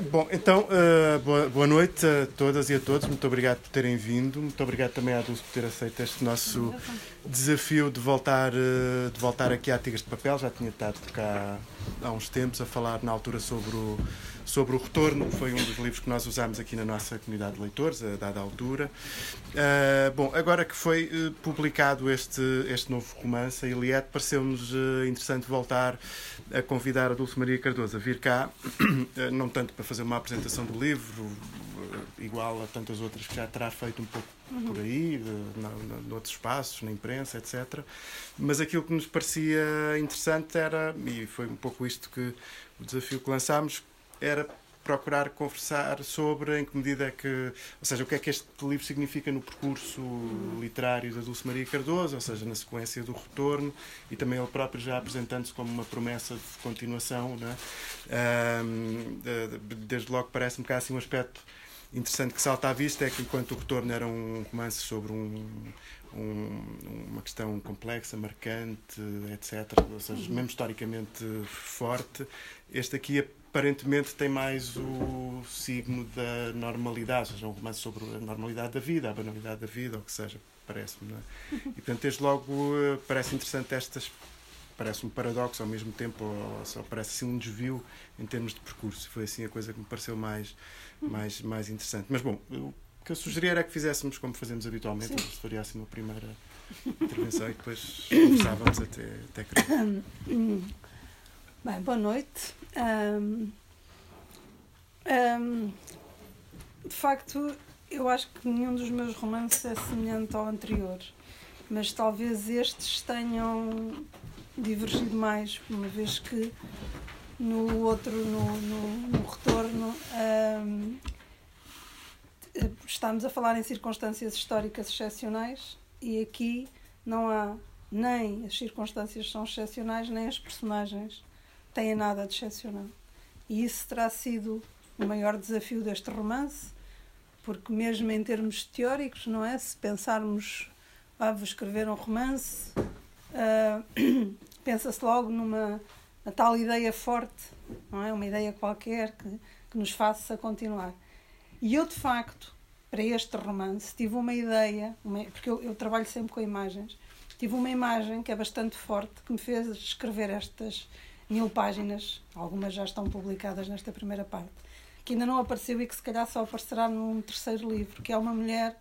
Bom, então, boa noite a todas e a todos. Muito obrigado por terem vindo. Muito obrigado também à Dulce por ter aceito este nosso desafio de voltar aqui à Tigres de Papel. Já tinha estado por cá há uns tempos a falar na altura sobre o Retorno, que foi um dos livros que nós usámos aqui na nossa comunidade de leitores, a dada altura. Bom, agora que foi publicado este novo romance, a Iliade, pareceu-nos interessante voltar a convidar a Dulce Maria Cardoso a vir cá, não tanto para fazer uma apresentação do livro, igual a tantas outras que já terá feito um pouco por aí, noutros espaços, na imprensa, etc. Mas aquilo que nos parecia interessante era, e foi um pouco isto que o desafio que lançámos, era procurar conversar sobre em que medida é que, ou seja, o que é que este livro significa no percurso literário da Dulce Maria Cardoso, ou seja, na sequência do Retorno, e também ele próprio já apresentando-se como uma promessa de continuação, não é? Desde logo parece-me que há assim um aspecto interessante que salta à vista, é que enquanto o Retorno era um romance sobre uma questão complexa, marcante, etc., ou seja, mesmo historicamente forte, este aqui aparentemente tem mais o signo da normalidade, ou seja, um romance sobre a normalidade da vida, a banalidade da vida, ou o que seja, parece-me, não é? E, portanto, desde logo parece interessante parece um paradoxo ao mesmo tempo, ou só parece assim um desvio em termos de percurso. Foi assim a coisa que me pareceu mais interessante. Mas, bom, o que eu sugeria era que fizéssemos como fazemos habitualmente, se faria assim uma primeira intervenção e depois conversávamos até querer. Bem, boa noite. De facto, eu acho que nenhum dos meus romances é semelhante ao anterior, mas talvez estes tenham divergido mais, uma vez que no outro, no Retorno, estamos a falar em circunstâncias históricas excepcionais e aqui não há nem as circunstâncias são excepcionais, nem as personagens têm nada de excepcional. E isso terá sido o maior desafio deste romance, porque mesmo em termos teóricos, não é? Se pensarmos, vou escrever um romance, pensa-se logo numa tal ideia forte, não é? Uma ideia qualquer que nos faça continuar. E eu, de facto, para este romance, tive uma ideia, porque eu trabalho sempre com imagens, tive uma imagem que é bastante forte, que me fez escrever estas 1000 páginas, algumas já estão publicadas nesta primeira parte, que ainda não apareceu e que se calhar só aparecerá num terceiro livro, que é uma mulher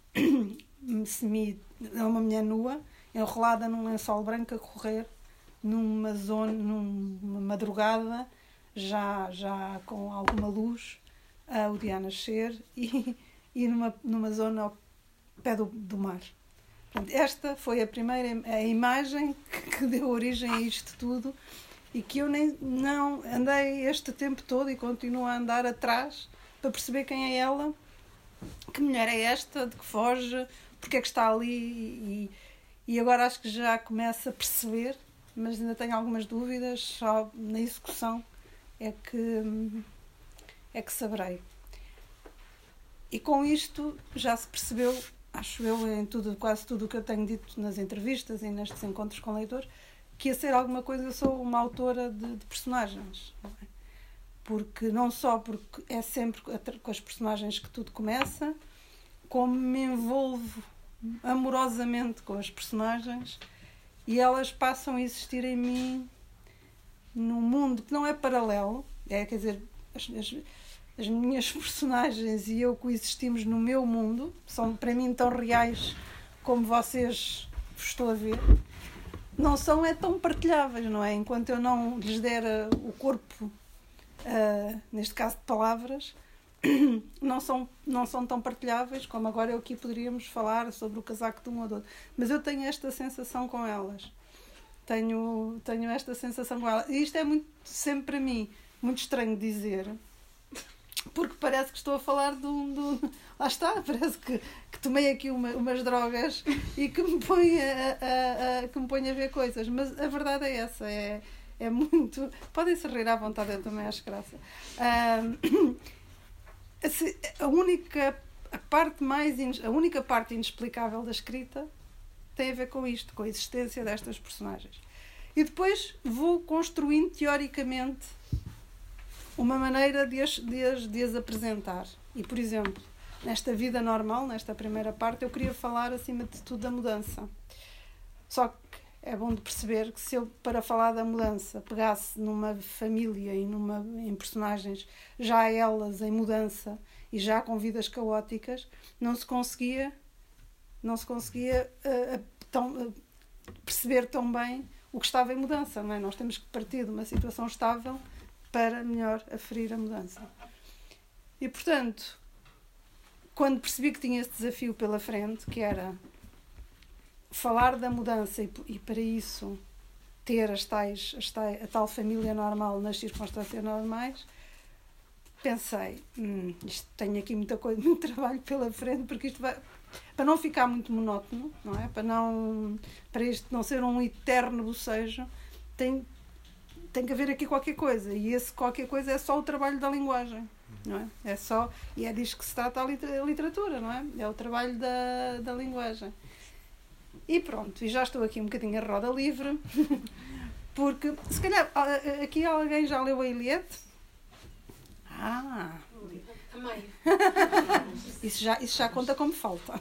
uma mulher nua, enrolada num lençol branco a correr numa madrugada, já com alguma luz, o dia a nascer, e numa zona ao pé do mar. Portanto, esta foi a imagem que deu origem a isto tudo, e que eu não andei este tempo todo e continuo a andar atrás para perceber quem é ela, que mulher é esta, de que foge, porque é que está ali, e agora acho que já começo a perceber, mas ainda tenho algumas dúvidas, só na execução é que saberei. E com isto já se percebeu, acho eu, em quase tudo o que eu tenho dito nas entrevistas e nestes encontros com leitores, que a ser alguma coisa eu sou uma autora de personagens, não é? Porque não só porque é sempre com as personagens que tudo começa, como me envolvo amorosamente com as personagens e elas passam a existir em mim num mundo que não é paralelo, quer dizer, as minhas personagens e eu coexistimos no meu mundo, são para mim tão reais como vocês estou a ver. Não são tão partilháveis, não é? Enquanto eu não lhes der o corpo, neste caso de palavras, não são tão partilháveis como agora eu aqui poderíamos falar sobre o casaco de um ou do outro. Mas eu tenho esta sensação com elas. Tenho esta sensação com elas. E isto é sempre para mim muito estranho dizer, porque parece que estou a falar lá está, parece que tomei aqui umas drogas e que me põe a ver coisas, mas a verdade é essa, é muito... Podem-se rir à vontade, eu também acho graça. A única parte inexplicável da escrita tem a ver com isto, com a existência destas personagens. E depois vou construindo teoricamente uma maneira de as apresentar. E, por exemplo, nesta vida normal, nesta primeira parte, eu queria falar, acima de tudo, da mudança. Só que é bom de perceber que se eu, para falar da mudança, pegasse numa família e em personagens já elas em mudança e já com vidas caóticas, não se conseguia perceber tão bem o que estava em mudança, não é? Nós temos que partir de uma situação estável para melhor aferir a mudança. E, portanto, quando percebi que tinha esse desafio pela frente, que era falar da mudança e para isso ter a tal família normal nas circunstâncias normais, pensei, tenho aqui muita coisa, muito trabalho pela frente, porque isto vai, para não ficar muito monótono, não é? Para isto não ser um eterno bocejo, tem que haver aqui qualquer coisa, e esse qualquer coisa é só o trabalho da linguagem, não é? E é disto que se trata a literatura, não é? É o trabalho da linguagem. E pronto, e já estou aqui um bocadinho a roda livre, porque se calhar aqui alguém já leu a Ilíada? Amei. Isso já conta como falta.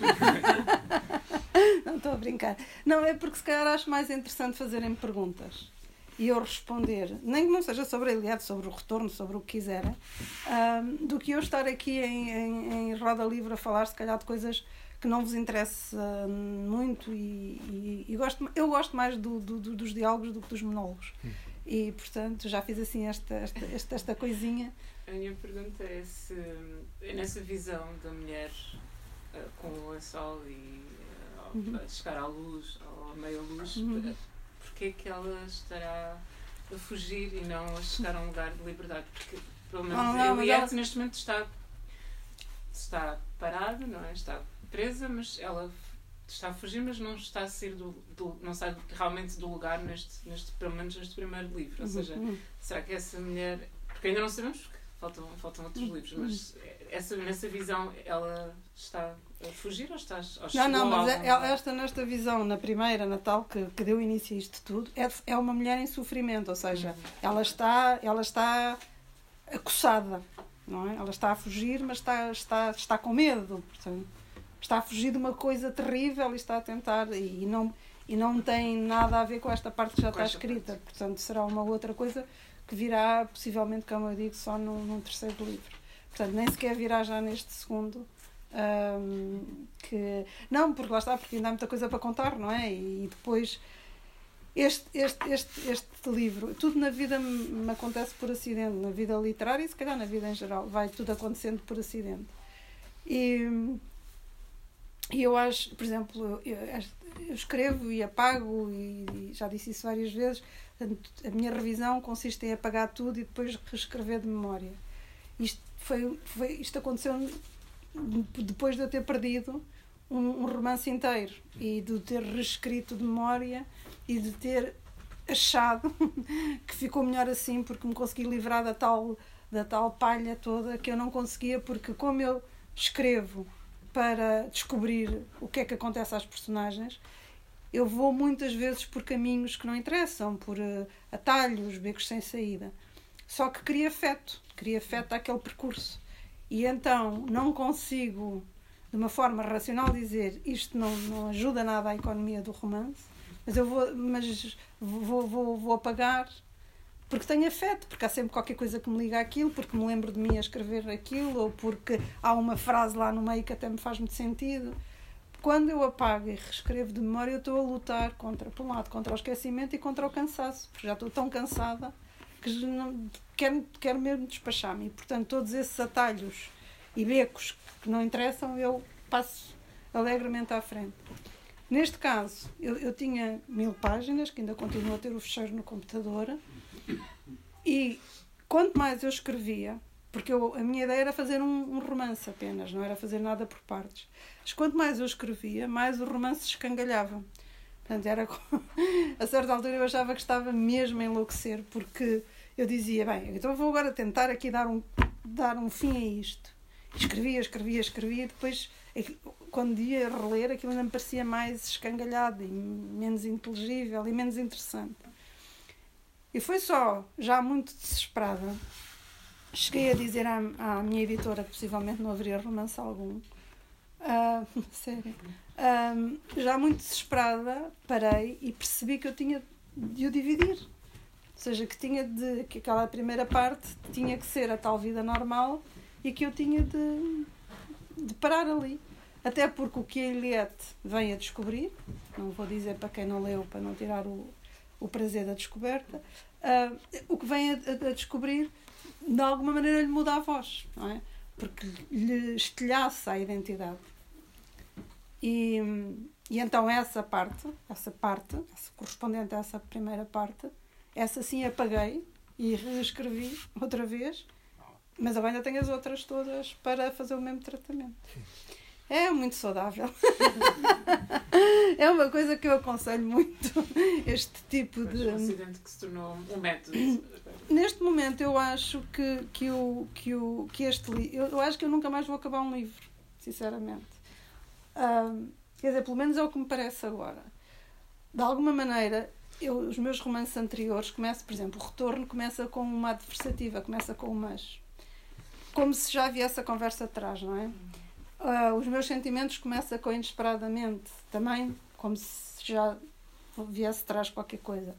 Não estou a brincar. Não, é porque se calhar acho mais interessante fazerem perguntas e eu responder, nem que não seja sobre a Ilíada, sobre o retorno, sobre o que quiserem, do que eu estar aqui em roda livre a falar, se calhar, de coisas que não vos interessa muito e eu gosto mais dos diálogos do que dos monólogos. E, portanto, já fiz assim esta coisinha. A minha pergunta é se nessa visão da mulher com o lençol e a chegar à luz, à meia-luz, porque é que ela estará a fugir e não a chegar a um lugar de liberdade? Porque, pelo menos, a Ilíada neste momento está parada, não é? Está presa, mas ela está a fugir, mas não está a sair não sai realmente do lugar pelo menos neste primeiro livro. Ou seja, será que essa mulher, porque ainda não sabemos, porque faltam outros livros, mas nessa visão ela está a fugir ou está não, mas nesta visão, na primeira, na tal que deu início a isto tudo, é uma mulher em sofrimento, ou seja, ela está acossada, não é? Ela está a fugir, mas está com medo, portanto, está a fugir de uma coisa terrível e está a tentar, e não tem nada a ver com esta parte que já está escrita, portanto será uma outra coisa que virá, possivelmente, como eu digo, só num terceiro livro. Portanto, nem sequer virá já neste segundo. Não, porque lá está, porque ainda há muita coisa para contar, não é? E depois, este livro, tudo na vida me acontece por acidente, na vida literária e se calhar na vida em geral, vai tudo acontecendo por acidente. E eu acho, por exemplo, eu escrevo e apago, e já disse isso várias vezes, portanto, a minha revisão consiste em apagar tudo e depois reescrever de memória. Isto aconteceu depois de eu ter perdido um romance inteiro e de ter reescrito de memória e de ter achado que ficou melhor assim porque me consegui livrar da tal palha toda que eu não conseguia, porque como eu escrevo para descobrir o que é que acontece às personagens, eu vou muitas vezes por caminhos que não interessam, por atalhos, becos sem saída. Só que cria afeto àquele percurso. E então não consigo, de uma forma racional, dizer isto não ajuda nada à economia do romance, mas eu vou apagar porque tenho afeto, porque há sempre qualquer coisa que me liga àquilo, porque me lembro de mim a escrever aquilo, ou porque há uma frase lá no meio que até me faz muito sentido. Quando eu apago e reescrevo de memória, eu estou a lutar por um lado, contra o esquecimento e contra o cansaço, porque já estou tão cansada que quero mesmo despachar-me. E, portanto, todos esses atalhos e becos que não interessam, eu passo alegremente à frente. Neste caso, eu tinha 1000 páginas, que ainda continuo a ter o fecheiro no computador, e quanto mais eu escrevia, porque a minha ideia era fazer um romance apenas, não era fazer nada por partes, mas quanto mais eu escrevia, mais o romance se escangalhava. Portanto, a certa altura eu achava que estava mesmo a enlouquecer, porque eu dizia, bem, então vou agora tentar aqui dar um fim a isto. Escrevia, e depois, quando ia reler, aquilo ainda me parecia mais escangalhado e menos inteligível e menos interessante. E foi só, já muito desesperada, cheguei a dizer à minha editora que possivelmente não haveria romance algum. Sério. Já muito desesperada, parei e percebi que eu tinha de o dividir. Ou seja, que aquela primeira parte tinha que ser a tal vida normal e que eu tinha de parar ali. Até porque o que a Eliette vem a descobrir, não vou dizer para quem não leu, para não tirar o prazer da descoberta, o que vem a descobrir, de alguma maneira lhe muda a voz, não é? Porque lhe estilhaça a identidade. E então essa parte correspondente a essa primeira parte, essa sim apaguei e reescrevi outra vez, mas agora ainda tenho as outras todas para fazer o mesmo tratamento. É muito saudável. É uma coisa que eu aconselho muito, este tipo de... Um acidente que se tornou um método. Neste momento eu acho que este livro... Eu acho que eu nunca mais vou acabar um livro, sinceramente. Quer dizer, pelo menos é o que me parece agora. De alguma maneira, os meus romances anteriores começam, por exemplo, o Retorno começa com uma adversativa, começa com o mas. Como se já viesse a conversa atrás, não é? Os meus sentimentos começam com inesperadamente, também, como se já viesse atrás qualquer coisa.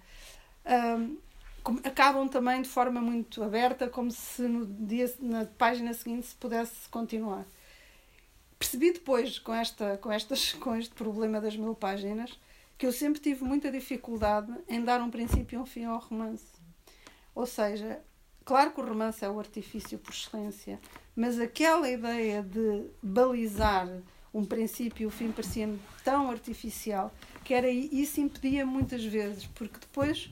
Acabam também de forma muito aberta, como se na página seguinte se pudesse continuar. Percebi depois, com este problema das 1000 páginas, que eu sempre tive muita dificuldade em dar um princípio e um fim ao romance. Ou seja, claro que o romance é o artifício por excelência, mas aquela ideia de balizar um princípio e um fim parecia-me tão artificial que isso impedia muitas vezes, porque depois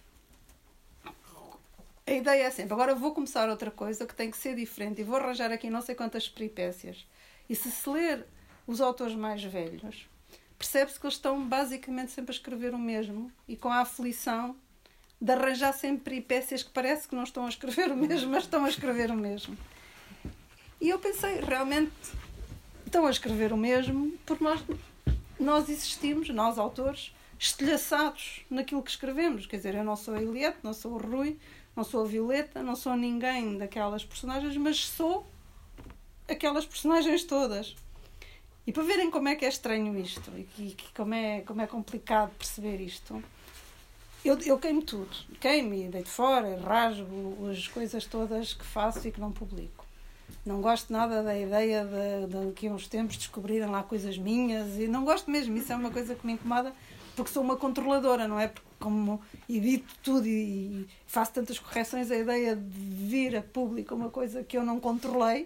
a ideia é sempre, agora vou começar outra coisa que tem que ser diferente e vou arranjar aqui não sei quantas peripécias. E se ler os autores mais velhos, percebe-se que eles estão basicamente sempre a escrever o mesmo e com a aflição de arranjar sempre peripécias que parece que não estão a escrever o mesmo, mas estão a escrever o mesmo. E eu pensei, realmente estão a escrever o mesmo porque nós existimos, nós autores, estilhaçados naquilo que escrevemos. Quer dizer, eu não sou a Eliette, não sou o Rui, não sou a Violeta, não sou ninguém daquelas personagens, mas sou aquelas personagens todas. E para verem como é que é estranho isto e como é complicado perceber isto, eu queimo tudo. Queimo e deito fora, rasgo as coisas todas que faço e que não publico. Não gosto nada da ideia de que uns tempos descobrirem lá coisas minhas e não gosto mesmo. Isso é uma coisa que me incomoda porque sou uma controladora, não é? Porque como edito tudo e faço tantas correções, a ideia de vir a público uma coisa que eu não controlei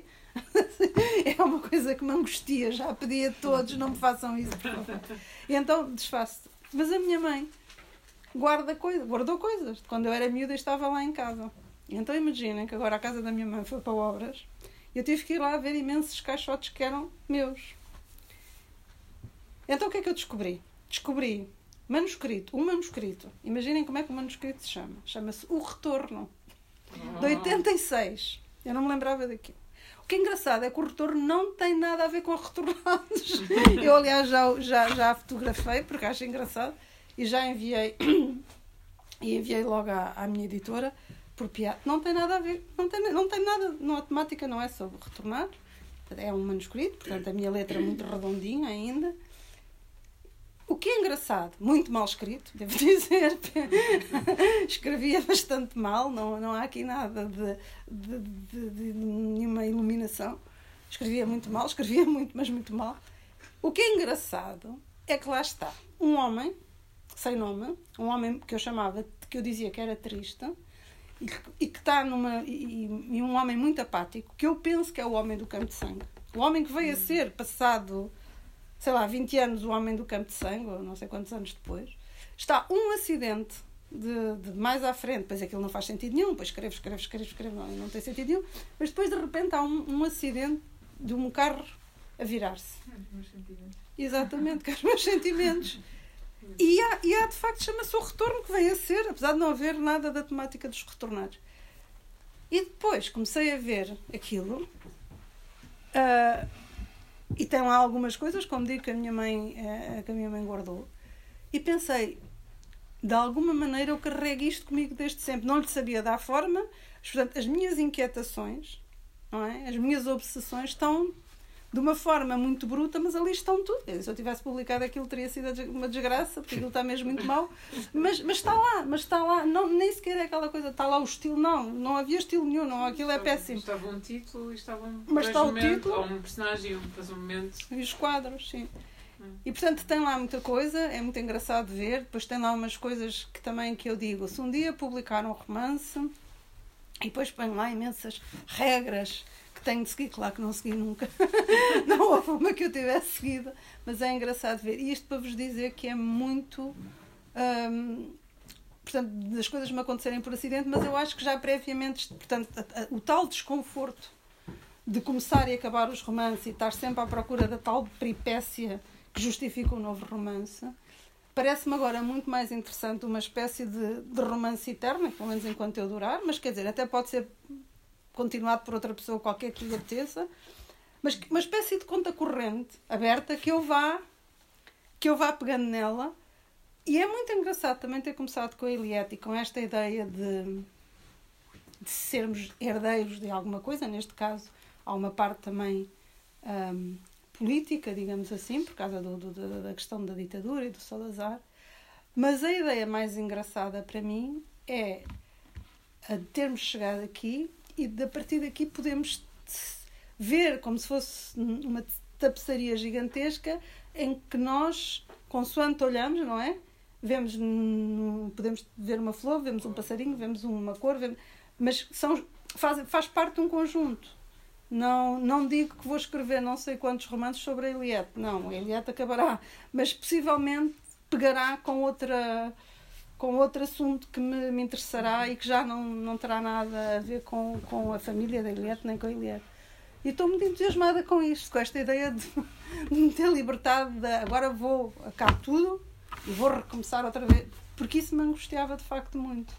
é uma coisa que me angustia. Já pedi a todos, não me façam isso, por favor. E então desfaço. Mas a minha mãe guardou coisas. Quando eu era miúda estava lá em casa. Então imaginem que agora a casa da minha mãe foi para obras e eu tive que ir lá ver imensos caixotes que eram meus. Então o que é que eu descobri? Descobri um manuscrito. Imaginem como é que o manuscrito se chama. Chama-se O Retorno, de 86. Eu não me lembrava daquilo. O que é engraçado é que o Retorno não tem nada a ver com Retornados. Eu, aliás, já fotografei, porque acho engraçado, e já enviei logo à minha editora, por piada. Não tem nada a ver, não tem nada, a temática não é sobre retornar, é um manuscrito, portanto a minha letra é muito redondinha ainda. O que é engraçado, muito mal escrito, devo dizer, escrevia bastante mal, não há aqui nada de nenhuma iluminação. Escrevia muito, mas muito mal. O que é engraçado é que lá está um homem, sem nome, um homem que eu dizia que era triste, e que está e um homem muito apático, que eu penso que é o homem do Campo de Sangue. O homem que veio a ser, passado, sei lá, 20 anos, o homem do Campo de Sangue, ou não sei quantos anos depois, está um acidente de mais à frente, depois aquilo não faz sentido nenhum, depois escrevo, não tem sentido nenhum, mas depois de repente há um acidente de um carro a virar-se. Exatamente, que é os meus sentimentos. E há de facto, chama-se O Retorno, que veio a ser, apesar de não haver nada da temática dos retornados. E depois comecei a ver aquilo, e tem lá algumas coisas, como digo, que a minha mãe guardou, e pensei, de alguma maneira eu carrego isto comigo desde sempre. Não lhe sabia dar forma, Portanto, as minhas inquietações, não é? As minhas obsessões estão de uma forma muito bruta, mas ali estão tudo. Se eu tivesse publicado aquilo, teria sido uma desgraça, porque aquilo está mesmo muito mau. Mas está lá. Não, nem sequer é aquela coisa, está lá o estilo. Não havia estilo nenhum, não. Aquilo é péssimo. Estava um título e estava mas está o título, ou um personagem, um momento. E os quadros, sim. E portanto tem lá muita coisa, é muito engraçado ver. Depois tem lá umas coisas que eu digo, se um dia publicar um romance, e depois põe lá imensas regras que tenho de seguir, claro que não segui nunca. Não houve uma que eu tivesse seguido, mas é engraçado ver. E isto para vos dizer que é muito... portanto, das coisas me acontecerem por acidente, mas eu acho que já previamente, portanto, o tal desconforto de começar e acabar os romances e estar sempre à procura da tal peripécia que justifica um novo romance, parece-me agora muito mais interessante uma espécie de romance eterno, pelo menos enquanto eu durar, mas quer dizer, até pode ser continuado por outra pessoa qualquer que lhe apeteça, mas uma espécie de conta corrente aberta que eu vá pegando nela. E é muito engraçado também ter começado com a Eliette e com esta ideia de sermos herdeiros de alguma coisa. Neste caso há uma parte também política, digamos assim, por causa da questão da ditadura e do Salazar. Mas a ideia mais engraçada para mim é a termos chegado aqui e a partir daqui podemos ver como se fosse uma tapeçaria gigantesca em que nós, consoante olhamos, não é? Podemos ver uma flor, vemos um passarinho, vemos uma cor, mas faz parte de um conjunto. Não digo que vou escrever não sei quantos romances sobre a Eliette. Não, a Eliette acabará. Mas possivelmente pegará com outro assunto que me interessará e que já não terá nada a ver com a família da Eliette nem com a Eliette. E estou muito entusiasmada com isto, com esta ideia de me ter libertado agora vou acabar tudo e vou recomeçar outra vez. Porque isso me angustiava de facto muito.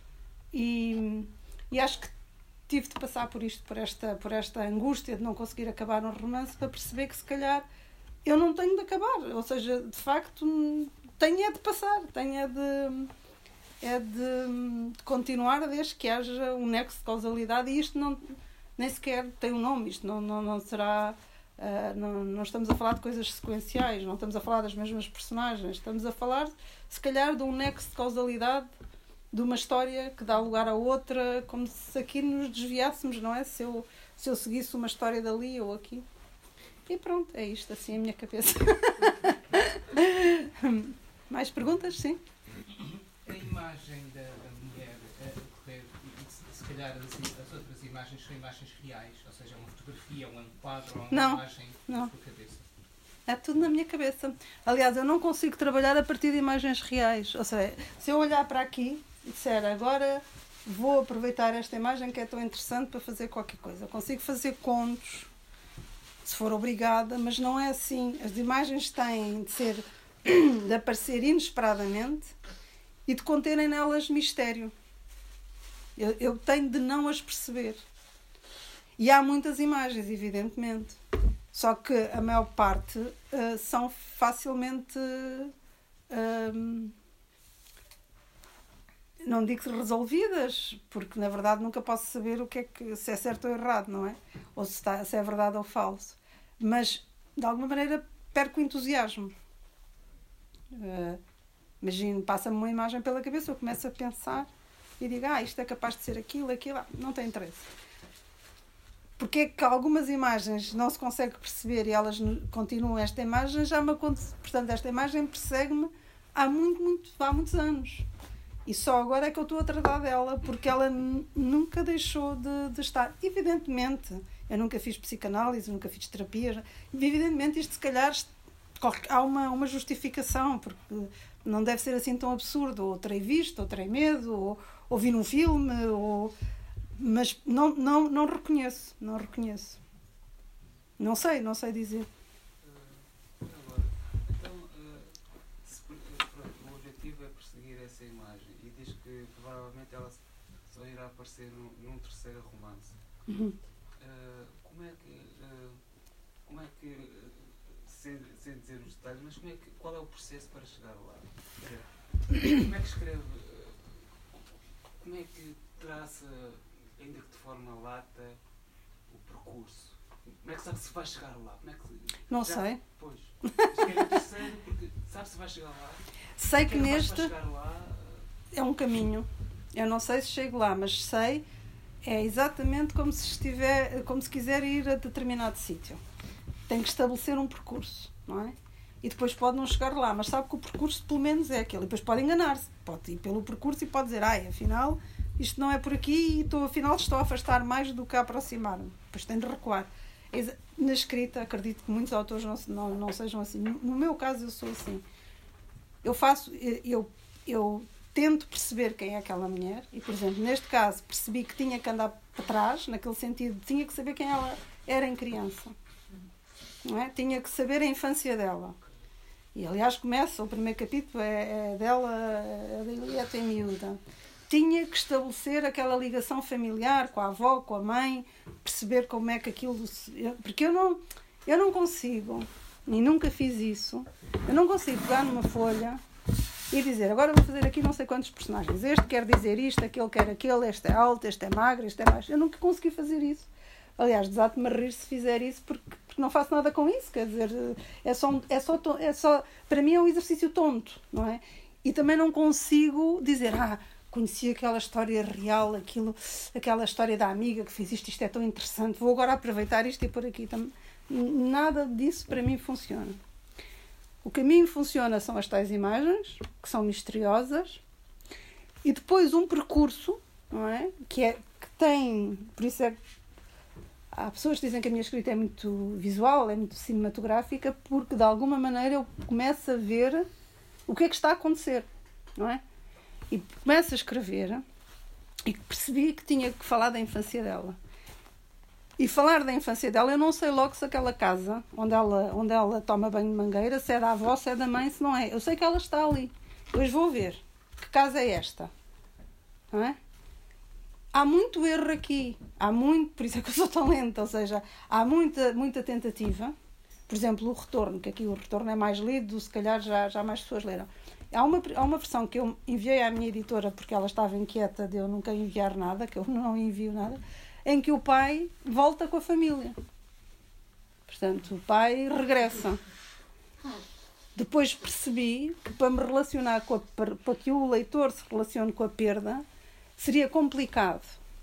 E acho que tive de passar por isto, por esta angústia de não conseguir acabar um romance para perceber que se calhar eu não tenho de acabar. Ou seja, de facto, tenho de passar, tenho de continuar desde que haja um nexo de causalidade e isto nem sequer tem um nome, isto não será... não estamos a falar de coisas sequenciais, não estamos a falar das mesmas personagens, estamos a falar, se calhar, de um nexo de causalidade de uma história que dá lugar a outra, como se aqui nos desviássemos, não é? Se eu seguisse uma história dali ou aqui. E pronto, é isto, assim, a minha cabeça. Mais perguntas? Sim? A imagem da mulher a correr, se calhar as outras imagens são imagens reais, ou seja, uma fotografia, um quadro ou uma imagem na sua cabeça? É tudo na minha cabeça. Aliás, eu não consigo trabalhar a partir de imagens reais. Ou seja, se eu olhar para aqui e disser agora vou aproveitar esta imagem que é tão interessante para fazer qualquer coisa. Eu consigo fazer contos, se for obrigada, mas não é assim. As imagens têm de aparecer inesperadamente e de conterem nelas mistério. Eu tenho de não as perceber. E há muitas imagens, evidentemente. Só que a maior parte são facilmente... não digo resolvidas, porque na verdade nunca posso saber se é certo ou errado, não é? Ou se é verdade ou falso. Mas, de alguma maneira, perco o entusiasmo. Imagino, passa-me uma imagem pela cabeça, eu começo a pensar e digo, isto é capaz de ser aquilo, não tem interesse. Porque é que algumas imagens não se consegue perceber e elas continuam esta imagem, portanto, esta imagem persegue-me há muitos anos. E só agora é que eu estou atrasada dela, porque ela nunca deixou de estar. Evidentemente, eu nunca fiz psicanálise, nunca fiz terapias. Evidentemente, isto se calhar há uma justificação, porque não deve ser assim tão absurdo. Ou terei visto, ou terei medo, ou vi num filme, mas não reconheço. Não sei dizer. Agora, então, o objetivo é perseguir essa imagem e diz que provavelmente ela só irá aparecer num terceiro romance. Uhum. Como é que sem dizer os detalhes, mas qual é o processo para chegar lá? Como é que escreve? Como é que traça ainda que de forma lata, o percurso? Como é que sabe se vai chegar lá? Como é que... Não sei. Pois. Isto é interessante porque sabe se vai chegar lá. Sei que neste Lá... é um caminho. Eu não sei se chego lá, mas sei, é exatamente como se quiser ir a determinado sítio. Tem que estabelecer um percurso, não é? E depois pode não chegar lá, mas sabe que o percurso pelo menos é aquele. E depois pode enganar-se, pode ir pelo percurso e pode dizer, afinal, isto não é por aqui e afinal estou a afastar mais do que a aproximar-me. Depois tem de recuar. Na escrita, acredito que muitos autores não sejam assim. No meu caso, eu sou assim. Eu tento perceber quem é aquela mulher e, por exemplo, neste caso, percebi que tinha que andar para trás, naquele sentido, tinha que saber quem ela era em criança. Não é? Tinha que saber a infância dela. E, aliás, o primeiro capítulo é dela, a Julieta em miúda. Tinha que estabelecer aquela ligação familiar com a avó, com a mãe, perceber como é que aquilo... Porque eu não consigo, e nunca fiz isso, eu não consigo pegar numa folha e dizer, agora vou fazer aqui não sei quantos personagens. Este quer dizer isto, aquele quer aquele, este é alto, este é magro, este é baixo. Eu nunca consegui fazer isso. Aliás, desato-me a rir se fizer isso, porque não faço nada com isso. Quer dizer, é só para mim é um exercício tonto, não é? E também não consigo dizer, conheci aquela história real, aquela história da amiga que fez isto é tão interessante, vou agora aproveitar isto e pôr aqui. Nada disso para mim funciona. O caminho funciona são as tais imagens, que são misteriosas, e depois um percurso, não é? Que tem, por isso é que há pessoas que dizem que a minha escrita é muito visual, é muito cinematográfica, porque de alguma maneira eu começo a ver o que é que está a acontecer, não é? E começo a escrever e percebi que tinha que falar da infância dela. E falar da infância dela, eu não sei logo se aquela casa onde ela toma banho de mangueira, se é da avó, se é da mãe, se não é. Eu sei que ela está ali. Depois vou ver. Que casa é esta? Não é? Há muito erro aqui. Por isso é que eu sou tão lenta. Ou seja, há muita tentativa. Por exemplo, o retorno, que aqui o retorno é mais lido, se calhar já mais pessoas leram. Há uma versão que eu enviei à minha editora porque ela estava inquieta de eu nunca enviar nada, que eu não envio nada, em que o pai volta com a família. Portanto, o pai regressa. Depois percebi que para me relacionar para que o leitor se relacione com a perda, seria complicado.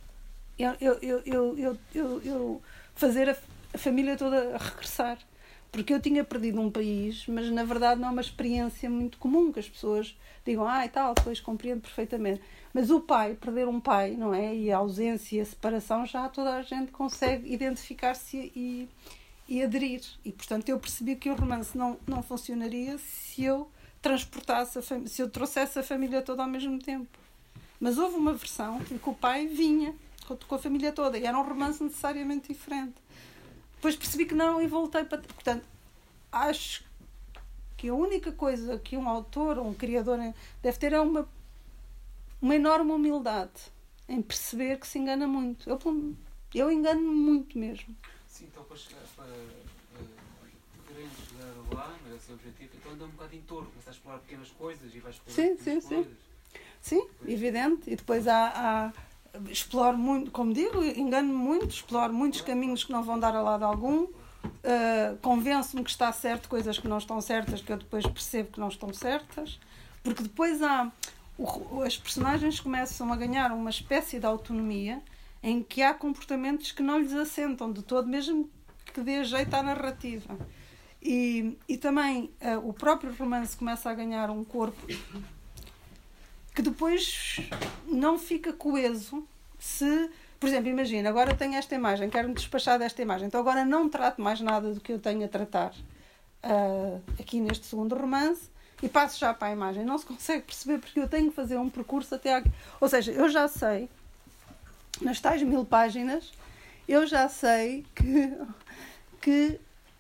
Eu fazer a família toda regressar. Porque eu tinha perdido um país, mas na verdade não é uma experiência muito comum que as pessoas digam, e tal, depois compreendo perfeitamente. Mas o pai, perder um pai, não é? E a ausência e a separação, já toda a gente consegue identificar-se e aderir. E, portanto, eu percebi que o romance não funcionaria se eu transportasse, se eu trouxesse a família toda ao mesmo tempo. Mas houve uma versão em que o pai vinha com a família toda e era um romance necessariamente diferente. Depois percebi que não e voltei para... Portanto, acho que a única coisa que um autor ou um criador deve ter é uma enorme humildade em perceber que se engana muito. Eu engano-me muito mesmo. Sim, então para querendo chegar lá, mas esse é o objetivo, então anda um bocado em torno, começa a explorar pequenas coisas e vais explorar pequenas coisas. Sim, evidente. E depois exploro muito, como digo, engano-me muito, exploro muitos caminhos que não vão dar a lado algum, convenço-me que está certo coisas que não estão certas, que eu depois percebo que não estão certas, porque depois as personagens começam a ganhar uma espécie de autonomia em que há comportamentos que não lhes assentam de todo, mesmo que dê jeito à narrativa. E também o próprio romance começa a ganhar um corpo que depois não fica coeso se, por exemplo, imagina, agora tenho esta imagem, quero-me despachar desta imagem, então agora não trato mais nada do que eu tenho a tratar aqui neste segundo romance e passo já para a imagem. Não se consegue perceber porque eu tenho que fazer um percurso até aqui. Ou seja, eu já sei, nas tais 1000 páginas, eu já sei que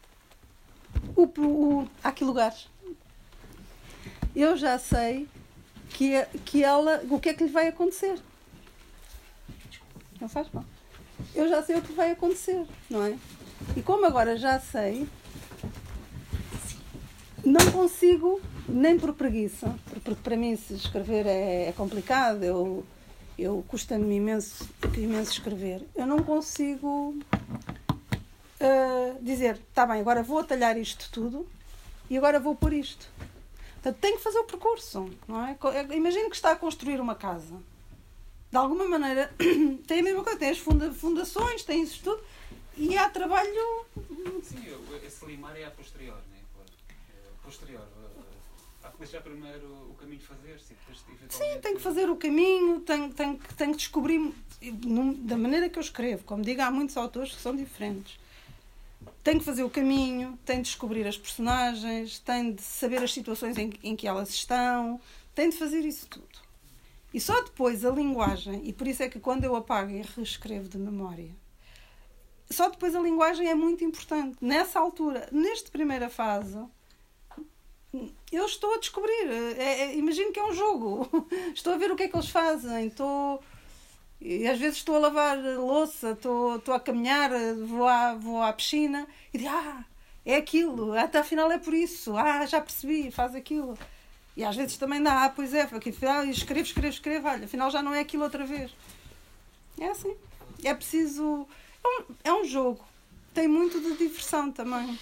há aqui lugares. Eu já sei que ela, o que é que lhe vai acontecer. Não faz mal. Eu já sei o que vai acontecer, não é? E como agora já sei, não consigo, nem por preguiça, porque para mim se escrever é complicado, custa-me imenso escrever. Eu não consigo dizer, está bem, agora vou atalhar isto tudo e agora vou pôr isto. Portanto, tenho que fazer o percurso, não é? Imagino que está a construir uma casa. De alguma maneira, tem a mesma coisa, tem as fundações, tem isso tudo, e há trabalho... Sim, esse limar é a posterior, não é? Posterior. Há que deixar primeiro o caminho fazer-se. Sim, tenho que fazer o caminho, tenho que descobrir, da maneira que eu escrevo. Como digo, há muitos autores que são diferentes. Tenho que fazer o caminho, tenho de descobrir as personagens, tenho de saber as situações em que elas estão, tenho de fazer isso tudo. E só depois a linguagem, e por isso é que quando eu apago e reescrevo de memória, só depois a linguagem é muito importante. Nessa altura, nesta primeira fase, eu estou a descobrir. Imagino que é um jogo. Estou a ver o que é que eles fazem. E às vezes estou a lavar louça, estou a caminhar, vou à piscina e digo, é aquilo, até afinal é por isso, já percebi, faz aquilo. E às vezes também dá, pois é, afinal, escrevo, olha, afinal já não é aquilo outra vez. É assim. É preciso... É um jogo. Tem muito de diversão também.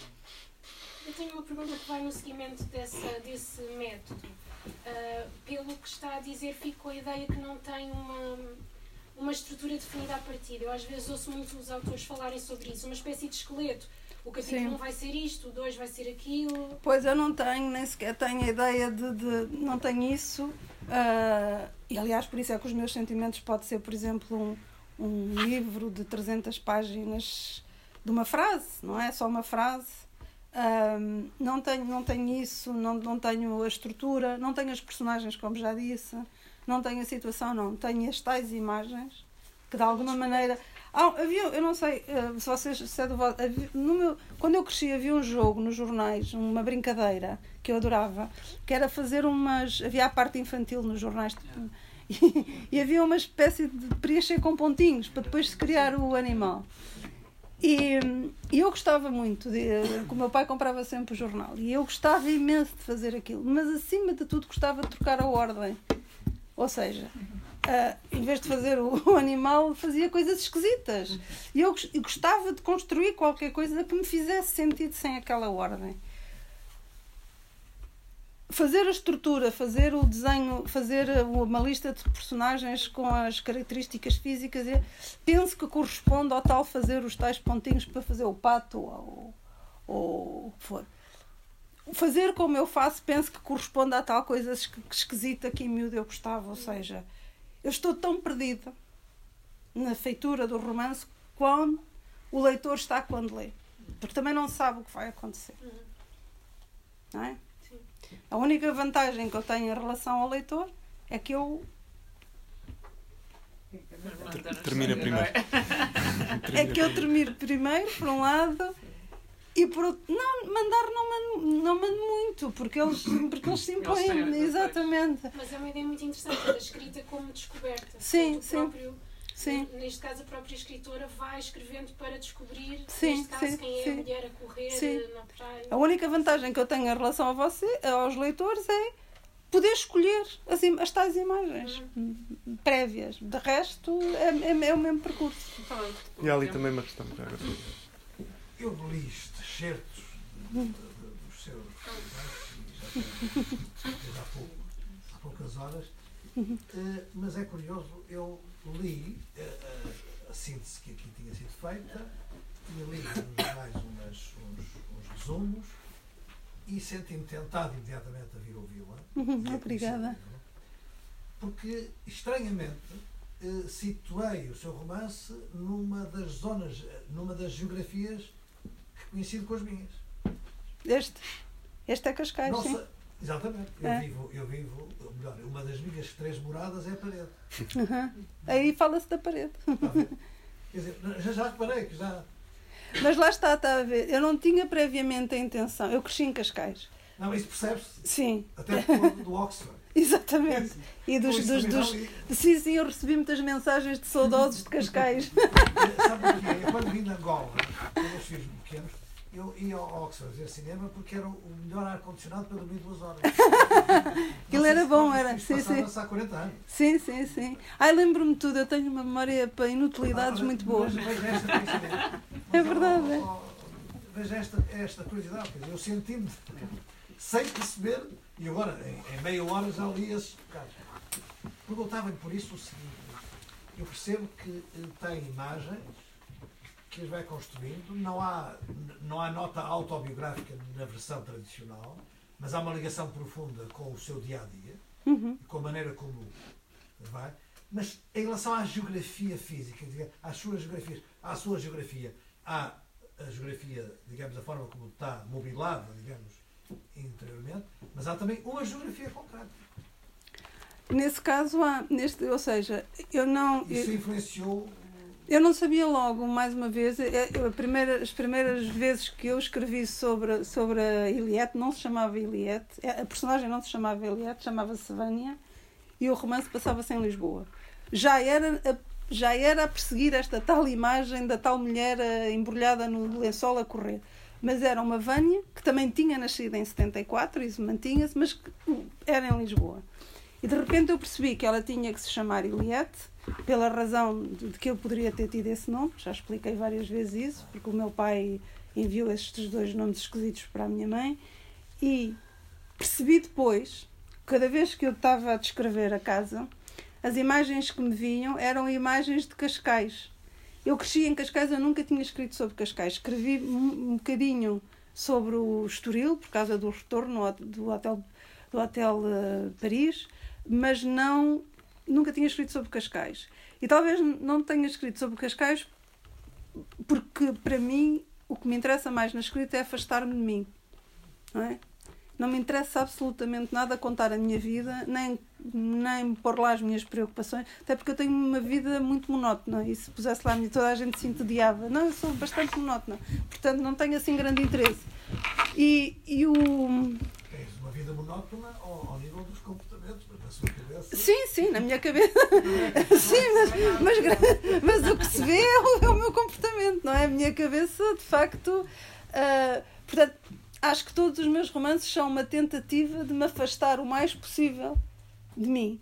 Eu tenho uma pergunta que vai no seguimento desse método. Pelo que está a dizer, fico com a ideia que não tem uma estrutura definida à partida. Eu às vezes ouço muito os autores falarem sobre isso, uma espécie de esqueleto. O capítulo 1 vai ser isto, o 2 vai ser aquilo. Pois eu não tenho, nem sequer tenho a ideia não tenho isso. E aliás, por isso é que os meus sentimentos pode ser, por exemplo, um livro de 300 páginas de uma frase, não é só uma frase. Não tenho isso, não tenho a estrutura, não tenho as personagens, como já disse, não tenho a situação, não. Tenho as tais imagens que de alguma maneira... eu não sei se vocês... quando eu cresci havia um jogo nos jornais, uma brincadeira que eu adorava, que era fazer havia a parte infantil nos jornais e havia uma espécie de preencher com pontinhos para depois se criar o animal. E eu gostava muito, o meu pai comprava sempre o jornal, e eu gostava imenso de fazer aquilo, mas acima de tudo gostava de trocar a ordem. Ou seja, em vez de fazer o animal, fazia coisas esquisitas. E eu gostava de construir qualquer coisa que me fizesse sentido sem aquela ordem. Fazer a estrutura, fazer o desenho, fazer uma lista de personagens com as características físicas, penso que corresponde ao tal fazer os tais pontinhos para fazer o pato ou o que for. Fazer como eu faço, penso que corresponde a tal coisa esquisita que em miúdo eu gostava. Ou seja, eu estou tão perdida na feitura do romance quando o leitor está quando lê. Porque também não sabe o que vai acontecer. Não é? A única vantagem que eu tenho em relação ao leitor é que eu... Termina primeiro. É que eu termino primeiro, por um lado, e por outro... Não, mandar não mando muito, porque eles se impõem. Exatamente. Mas é uma ideia muito interessante, da escrita como descoberta. Sim. Sim. Neste caso, a própria escritora vai escrevendo para descobrir, neste caso, quem é a mulher a correr na praia. A única vantagem que eu tenho em relação aos leitores, é poder escolher as tais imagens prévias. De resto, é o mesmo percurso. E há ali também uma questão. Eu li excertos dos seus há poucas horas, mas é curioso, eu li a síntese que aqui tinha sido feita, tinha lido nos jornais uns resumos e senti-me tentado imediatamente a vir ouvi-la. Obrigada. Porque, estranhamente, situei o seu romance numa das geografias que coincide com as minhas. Este é Cascais, Nossa, sim. Exatamente. Eu vivo, melhor, uma das minhas 3 moradas é a parede. Aí fala-se da parede. Quer dizer, já reparei que já... Mas lá está a ver. Eu não tinha previamente a intenção. Eu cresci em Cascais. Não, isso percebe-se. Sim. Até do Oxford. Exatamente. E Sim, eu recebi muitas mensagens de saudosos de Cascais. Sabe o que é? Eu quando vim de Angola, com os meus filhos pequenos, Eu ia ao Oxford ver cinema porque era o melhor ar-condicionado para dormir 2 horas. Aquilo era bom, era. Sim, sim. Há 40 anos. Sim, sim, sim. Ai, lembro-me tudo, eu tenho uma memória para inutilidades muito boas. Veja esta coincidência. É verdade. Veja esta curiosidade. Eu senti-me sem perceber, e agora, em meia hora, já li esses bocados. Perguntava-lhe por isso o seguinte: eu percebo que tem imagens que as vai construindo, não há nota autobiográfica na versão tradicional, mas há uma ligação profunda com o seu dia-a-dia, com a maneira como vai. Mas em relação à geografia física, à sua geografia, há a geografia, digamos, a forma como está mobilada, digamos, interiormente, mas há também uma geografia concreta. Nesse caso há, ou seja, eu não... Isso influenciou... Eu não sabia logo, mais uma vez, as primeiras vezes que eu escrevi sobre a Eliette, não se chamava Eliette, a personagem não se chamava Eliette, chamava-se Vânia, e o romance passava-se em Lisboa. Já era a perseguir esta tal imagem da tal mulher embrulhada no lençol a correr. Mas era uma Vânia, que também tinha nascido em 74, isso mantinha-se, mas que era em Lisboa. E de repente eu percebi que ela tinha que se chamar Eliette, pela razão de que eu poderia ter tido esse nome, já expliquei várias vezes isso, porque o meu pai enviou estes 2 nomes esquisitos para a minha mãe, e percebi depois, cada vez que eu estava a descrever a casa, as imagens que me vinham eram imagens de Cascais. Eu cresci em Cascais, eu nunca tinha escrito sobre Cascais, escrevi um bocadinho sobre o Estoril, por causa do retorno do Hotel Paris, mas nunca tinha escrito sobre Cascais. E talvez não tenha escrito sobre Cascais porque, para mim, o que me interessa mais na escrita é afastar-me de mim. Não é? Não me interessa absolutamente nada contar a minha vida, nem pôr lá as minhas preocupações, até porque eu tenho uma vida muito monótona, e se pusesse lá toda a gente se entediava. Não, eu sou bastante monótona, portanto não tenho assim grande interesse. Tens uma vida monótona ao nível dos comportamentos, mas na sua cabeça... Sim, na minha cabeça. Sim, mas o que se vê é o meu comportamento, não é? A minha cabeça, de facto... portanto, acho que todos os meus romances são uma tentativa de me afastar o mais possível de mim.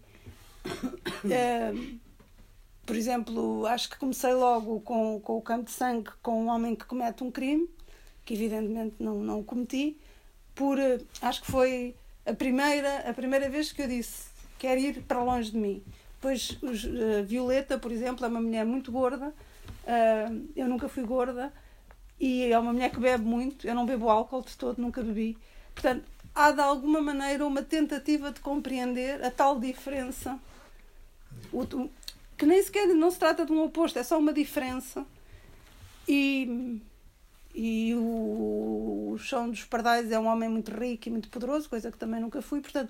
Por exemplo, acho que comecei logo com o Campo de Sangue, com um homem que comete um crime, que evidentemente não o cometi, acho que foi a primeira vez que eu disse: quero ir para longe de mim. Depois, Violeta, por exemplo, é uma mulher muito gorda, eu nunca fui gorda, e é uma mulher que bebe muito, eu não bebo álcool de todo, nunca bebi. Portanto, há de alguma maneira uma tentativa de compreender a tal diferença, que nem sequer não se trata de um oposto, é só uma diferença. E o Chão dos Pardais é um homem muito rico e muito poderoso, coisa que também nunca fui, portanto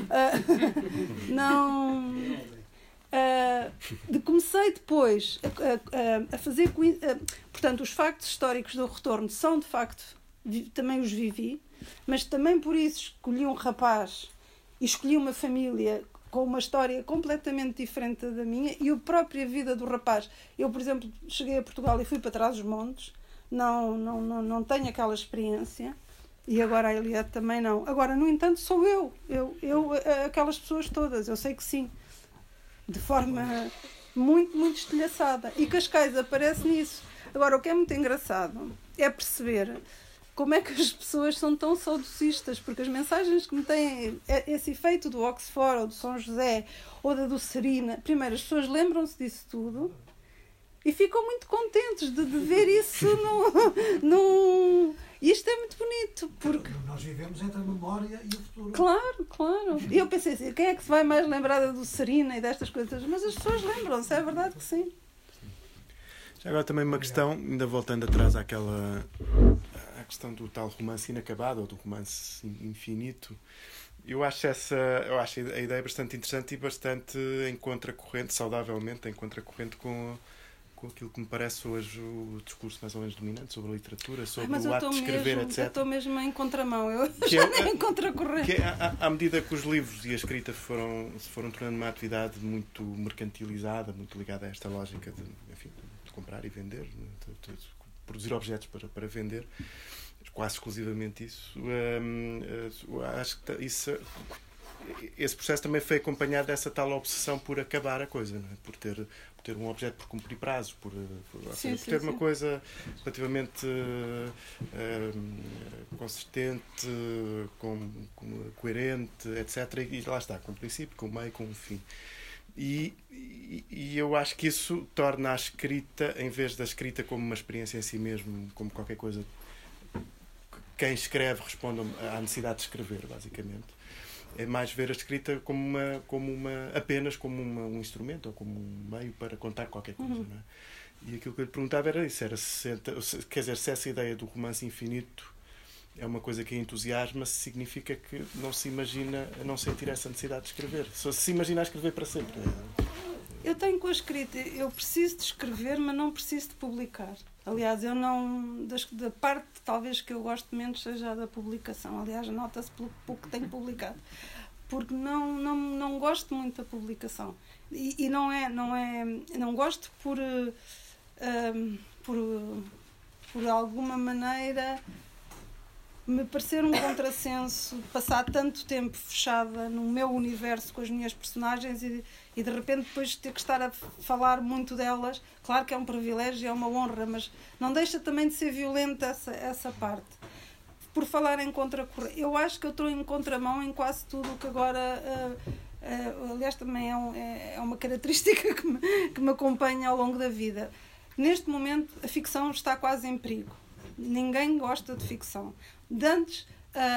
comecei depois a fazer portanto, os factos históricos do retorno são de facto, também os vivi, mas também por isso escolhi um rapaz e escolhi uma família com uma história completamente diferente da minha, e a própria vida do rapaz. Eu, por exemplo, cheguei a Portugal e fui para Trás-os-Montes, não tenho aquela experiência, e agora a Eliette também não. Agora, no entanto, sou eu aquelas pessoas todas, eu sei que sim, de forma muito, muito estilhaçada, e Cascais aparece nisso. Agora, o que é muito engraçado é perceber como é que as pessoas são tão saudosistas, porque as mensagens que me têm esse efeito do Oxford, ou do São José, ou da Docerina, primeiro, as pessoas lembram-se disso tudo e ficam muito contentes de ver isso e isto é muito bonito, porque... Nós vivemos entre a memória e o futuro. Claro. E eu pensei assim, quem é que se vai mais lembrar da Docerina e destas coisas? Mas as pessoas lembram-se, é verdade que sim. Já agora também uma questão, ainda voltando atrás à questão do tal romance inacabado, ou do romance infinito. Eu acho a ideia bastante interessante e bastante em contracorrente, saudavelmente em contracorrente com aquilo que me parece hoje o discurso mais ou menos dominante sobre a literatura, sobre o ato de escrever, etc. Eu estou mesmo em contramão, eu já nem em contracorrente. À medida que os livros e a escrita se foram tornando uma atividade muito mercantilizada, muito ligada a esta lógica de comprar e vender, produzir objetos para vender, quase exclusivamente isso. Acho que esse processo também foi acompanhado dessa tal obsessão por acabar a coisa, não é? Por ter um objeto, por cumprir prazos, por ter uma coisa relativamente consistente, coerente, etc. E lá está, com um princípio, com um meio, com um fim. E eu acho que isso torna a escrita, em vez da escrita como uma experiência em si mesmo, como qualquer coisa, quem escreve responde à necessidade de escrever, basicamente. É mais ver a escrita apenas como um instrumento ou como um meio para contar qualquer coisa, não é? E aquilo que eu lhe perguntava era isso, quer dizer, se essa ideia do romance infinito é uma coisa que entusiasma, significa que não se imagina a não sentir essa necessidade de escrever. Se imagina a escrever para sempre. Eu tenho com a escrita, eu preciso de escrever, mas não preciso de publicar. Aliás, eu não, da parte talvez que eu gosto menos seja a da publicação. Aliás, nota-se pelo pouco que tenho publicado. Porque não gosto muito da publicação. E não gosto por alguma maneira me parecer um contrassenso passar tanto tempo fechada no meu universo com as minhas personagens e de repente depois ter que estar a falar muito delas. Claro que é um privilégio, é uma honra, mas não deixa também de ser violenta essa parte. Por falar em contracorrente, eu acho que eu estou em contramão em quase tudo o que agora... aliás, também é uma característica que me acompanha ao longo da vida. Neste momento, a ficção está quase em perigo. Ninguém gosta de ficção. De antes,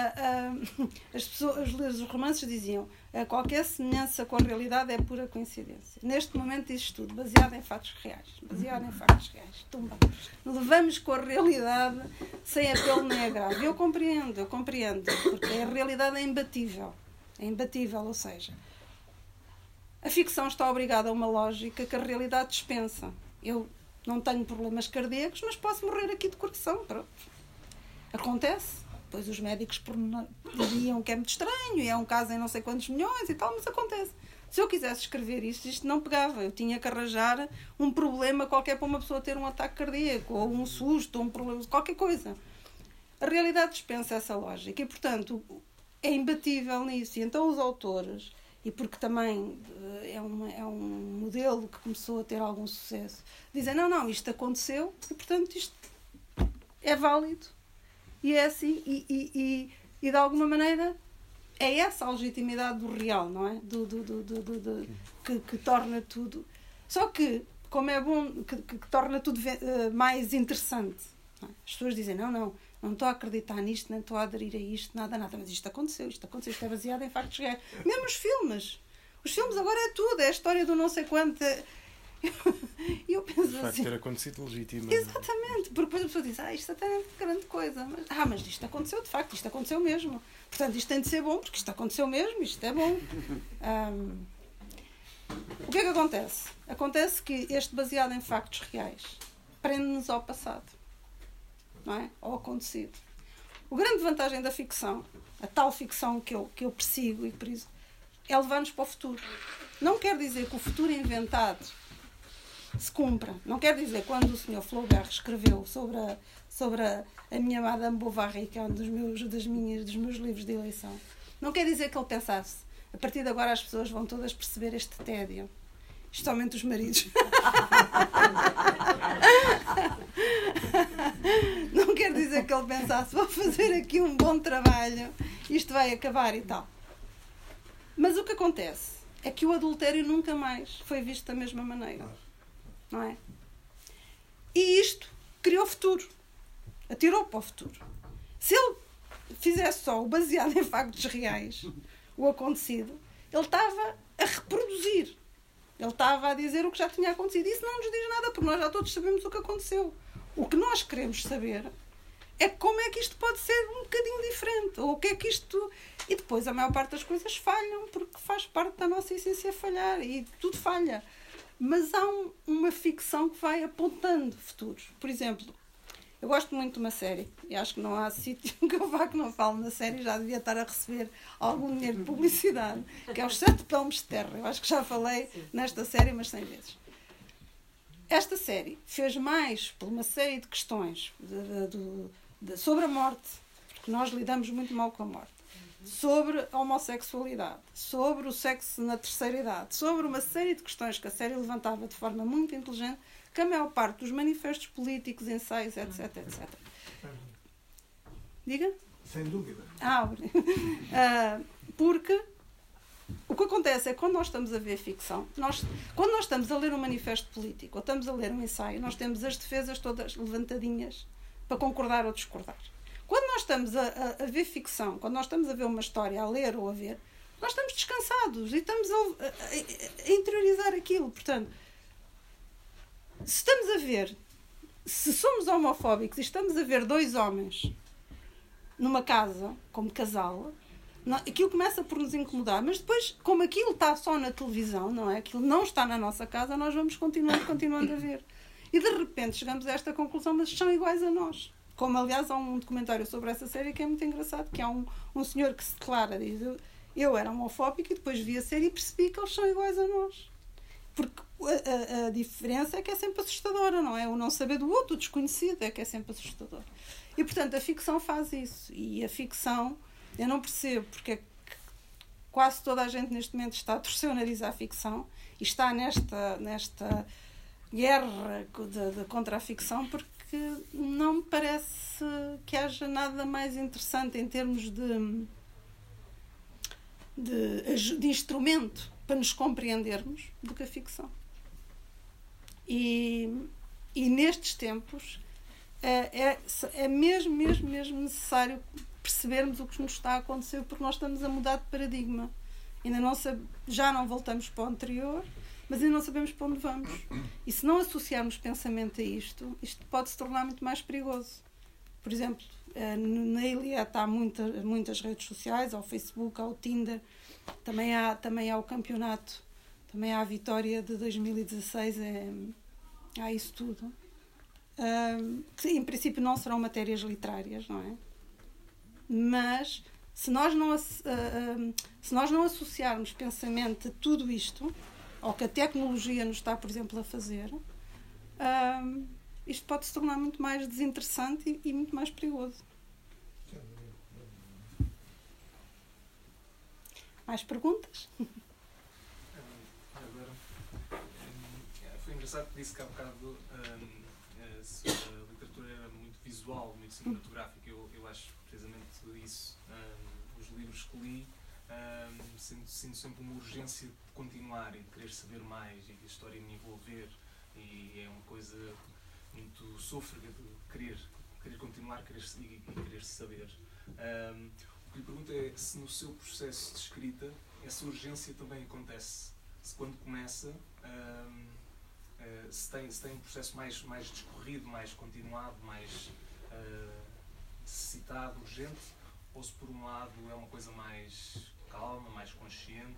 os romances diziam qualquer semelhança com a realidade é pura coincidência. Neste momento diz tudo, baseado em fatos reais. Tumba. Levamos com a realidade sem apelo nem agravo. Eu compreendo, porque a realidade é imbatível. Ou seja, a ficção está obrigada a uma lógica que a realidade dispensa. Eu não tenho problemas cardíacos, mas posso morrer aqui de coração. Pronto. Acontece. Pois os médicos diriam que é muito estranho e é um caso em não sei quantos milhões e tal, mas acontece. Se eu quisesse escrever isto não pegava. Eu tinha que arranjar um problema qualquer para uma pessoa ter um ataque cardíaco, ou um susto, ou um problema, qualquer coisa. A realidade dispensa essa lógica e, portanto, é imbatível nisso. E então os autores, e porque também é um modelo que começou a ter algum sucesso, dizem, não, isto aconteceu e, portanto, isto é válido. E é assim, e de alguma maneira é essa a legitimidade do real, não é? Que torna tudo. Só que, como é bom, que torna tudo mais interessante. Não é? As pessoas dizem, não estou a acreditar nisto, nem estou a aderir a isto, nada, mas isto aconteceu, isto é baseado em factos reais. Mesmo os filmes agora é tudo, é a história do não sei quanto. E eu penso de facto, assim, ter acontecido legítimo. Exatamente, porque depois a pessoa diz, isto até é grande coisa, mas isto aconteceu de facto, isto aconteceu mesmo, portanto isto tem de ser bom, porque isto aconteceu mesmo, isto é bom. O que é que acontece? Acontece que este baseado em factos reais prende-nos ao passado, não é? Ao acontecido. A grande vantagem da ficção, a tal ficção que eu persigo e por isso, é levar-nos para o futuro. Não quer dizer que o futuro inventado se cumpra. Não quer dizer que quando o Sr. Flaubert escreveu sobre a minha Madame Bovary, que é um dos meus livros de eleição, não quer dizer que ele pensasse, a partir de agora as pessoas vão todas perceber este tédio. Especialmente os maridos. Não quer dizer que ele pensasse, vou fazer aqui um bom trabalho, isto vai acabar e tal. Mas o que acontece é que o adultério nunca mais foi visto da mesma maneira. Não é? E isto criou futuro. Atirou para o futuro. Se ele fizesse só o baseado em factos reais, o acontecido, ele estava a reproduzir. Ele estava a dizer o que já tinha acontecido. Isso não nos diz nada, porque nós já todos sabemos o que aconteceu. O que nós queremos saber é como é que isto pode ser um bocadinho diferente. Ou o que é que isto... E depois a maior parte das coisas falham, porque faz parte da nossa essência falhar. E tudo falha. Mas há uma ficção que vai apontando futuros. Por exemplo, eu gosto muito de uma série, e acho que não há sítio que eu vá que não falo na série, já devia estar a receber algum dinheiro de publicidade, que é Os 7 Palmos de Terra. Eu acho que já falei nesta série umas 100 vezes. esta série fez mais por uma série de questões sobre a morte, porque nós lidamos muito mal com a morte, sobre a homossexualidade, sobre o sexo na terceira idade, sobre uma série de questões que a série levantava de forma muito inteligente, que a maior parte dos manifestos políticos, ensaios, etc. Diga? Sem dúvida. Porque o que acontece é que quando nós estamos a ver ficção, quando nós estamos a ler um manifesto político ou estamos a ler um ensaio, nós temos as defesas todas levantadinhas para concordar ou discordar. Quando nós estamos a ver ficção, quando nós estamos a ver uma história, a ler ou a ver, nós estamos descansados e estamos a interiorizar aquilo. Portanto, se somos homofóbicos e estamos a ver dois homens numa casa, como casal, aquilo começa por nos incomodar, mas depois, como aquilo está só na televisão, não é? Aquilo não está na nossa casa, nós vamos continuando a ver. E de repente chegamos a esta conclusão, mas são iguais a nós. Como, aliás, há um documentário sobre essa série que é muito engraçado, que há um senhor que se declara, diz, eu era homofóbico e depois vi a série e percebi que eles são iguais a nós. Porque a diferença é que é sempre assustadora, não é? O não saber do outro, o desconhecido, é que é sempre assustador. E, portanto, a ficção faz isso. E a ficção, eu não percebo porque é que quase toda a gente neste momento está a torcer o nariz à ficção e está nesta guerra contra a ficção, porque não me parece que haja nada mais interessante em termos de instrumento para nos compreendermos do que a ficção. E nestes tempos é mesmo necessário percebermos o que nos está a acontecer, porque nós estamos a mudar de paradigma. Já não voltamos para o anterior, mas ainda não sabemos para onde vamos. E se não associarmos pensamento a isto pode se tornar muito mais perigoso. Por exemplo, na Iliad há muitas redes sociais, há o Facebook, há o Tinder, também há o campeonato, também há a Vitória de 2016, há isso tudo. Que em princípio não serão matérias literárias, não é? Mas se nós não associarmos pensamento a tudo isto, ao que a tecnologia nos está, por exemplo, a fazer, isto pode se tornar muito mais desinteressante e muito mais perigoso. Mais perguntas? Agora, foi engraçado que disse que há bocado a literatura era muito visual, muito cinematográfica. Eu acho precisamente isso. Os livros que li, sinto sempre uma urgência de continuar e de querer saber mais e de a história me envolver, e é uma coisa muito sôfrega de querer continuar e querer saber. O que lhe pergunto é se no seu processo de escrita essa urgência também acontece, se quando começa se tem um processo mais discorrido, mais continuado, mais necessitado, urgente, ou se por um lado é uma coisa mais calma, mais consciente.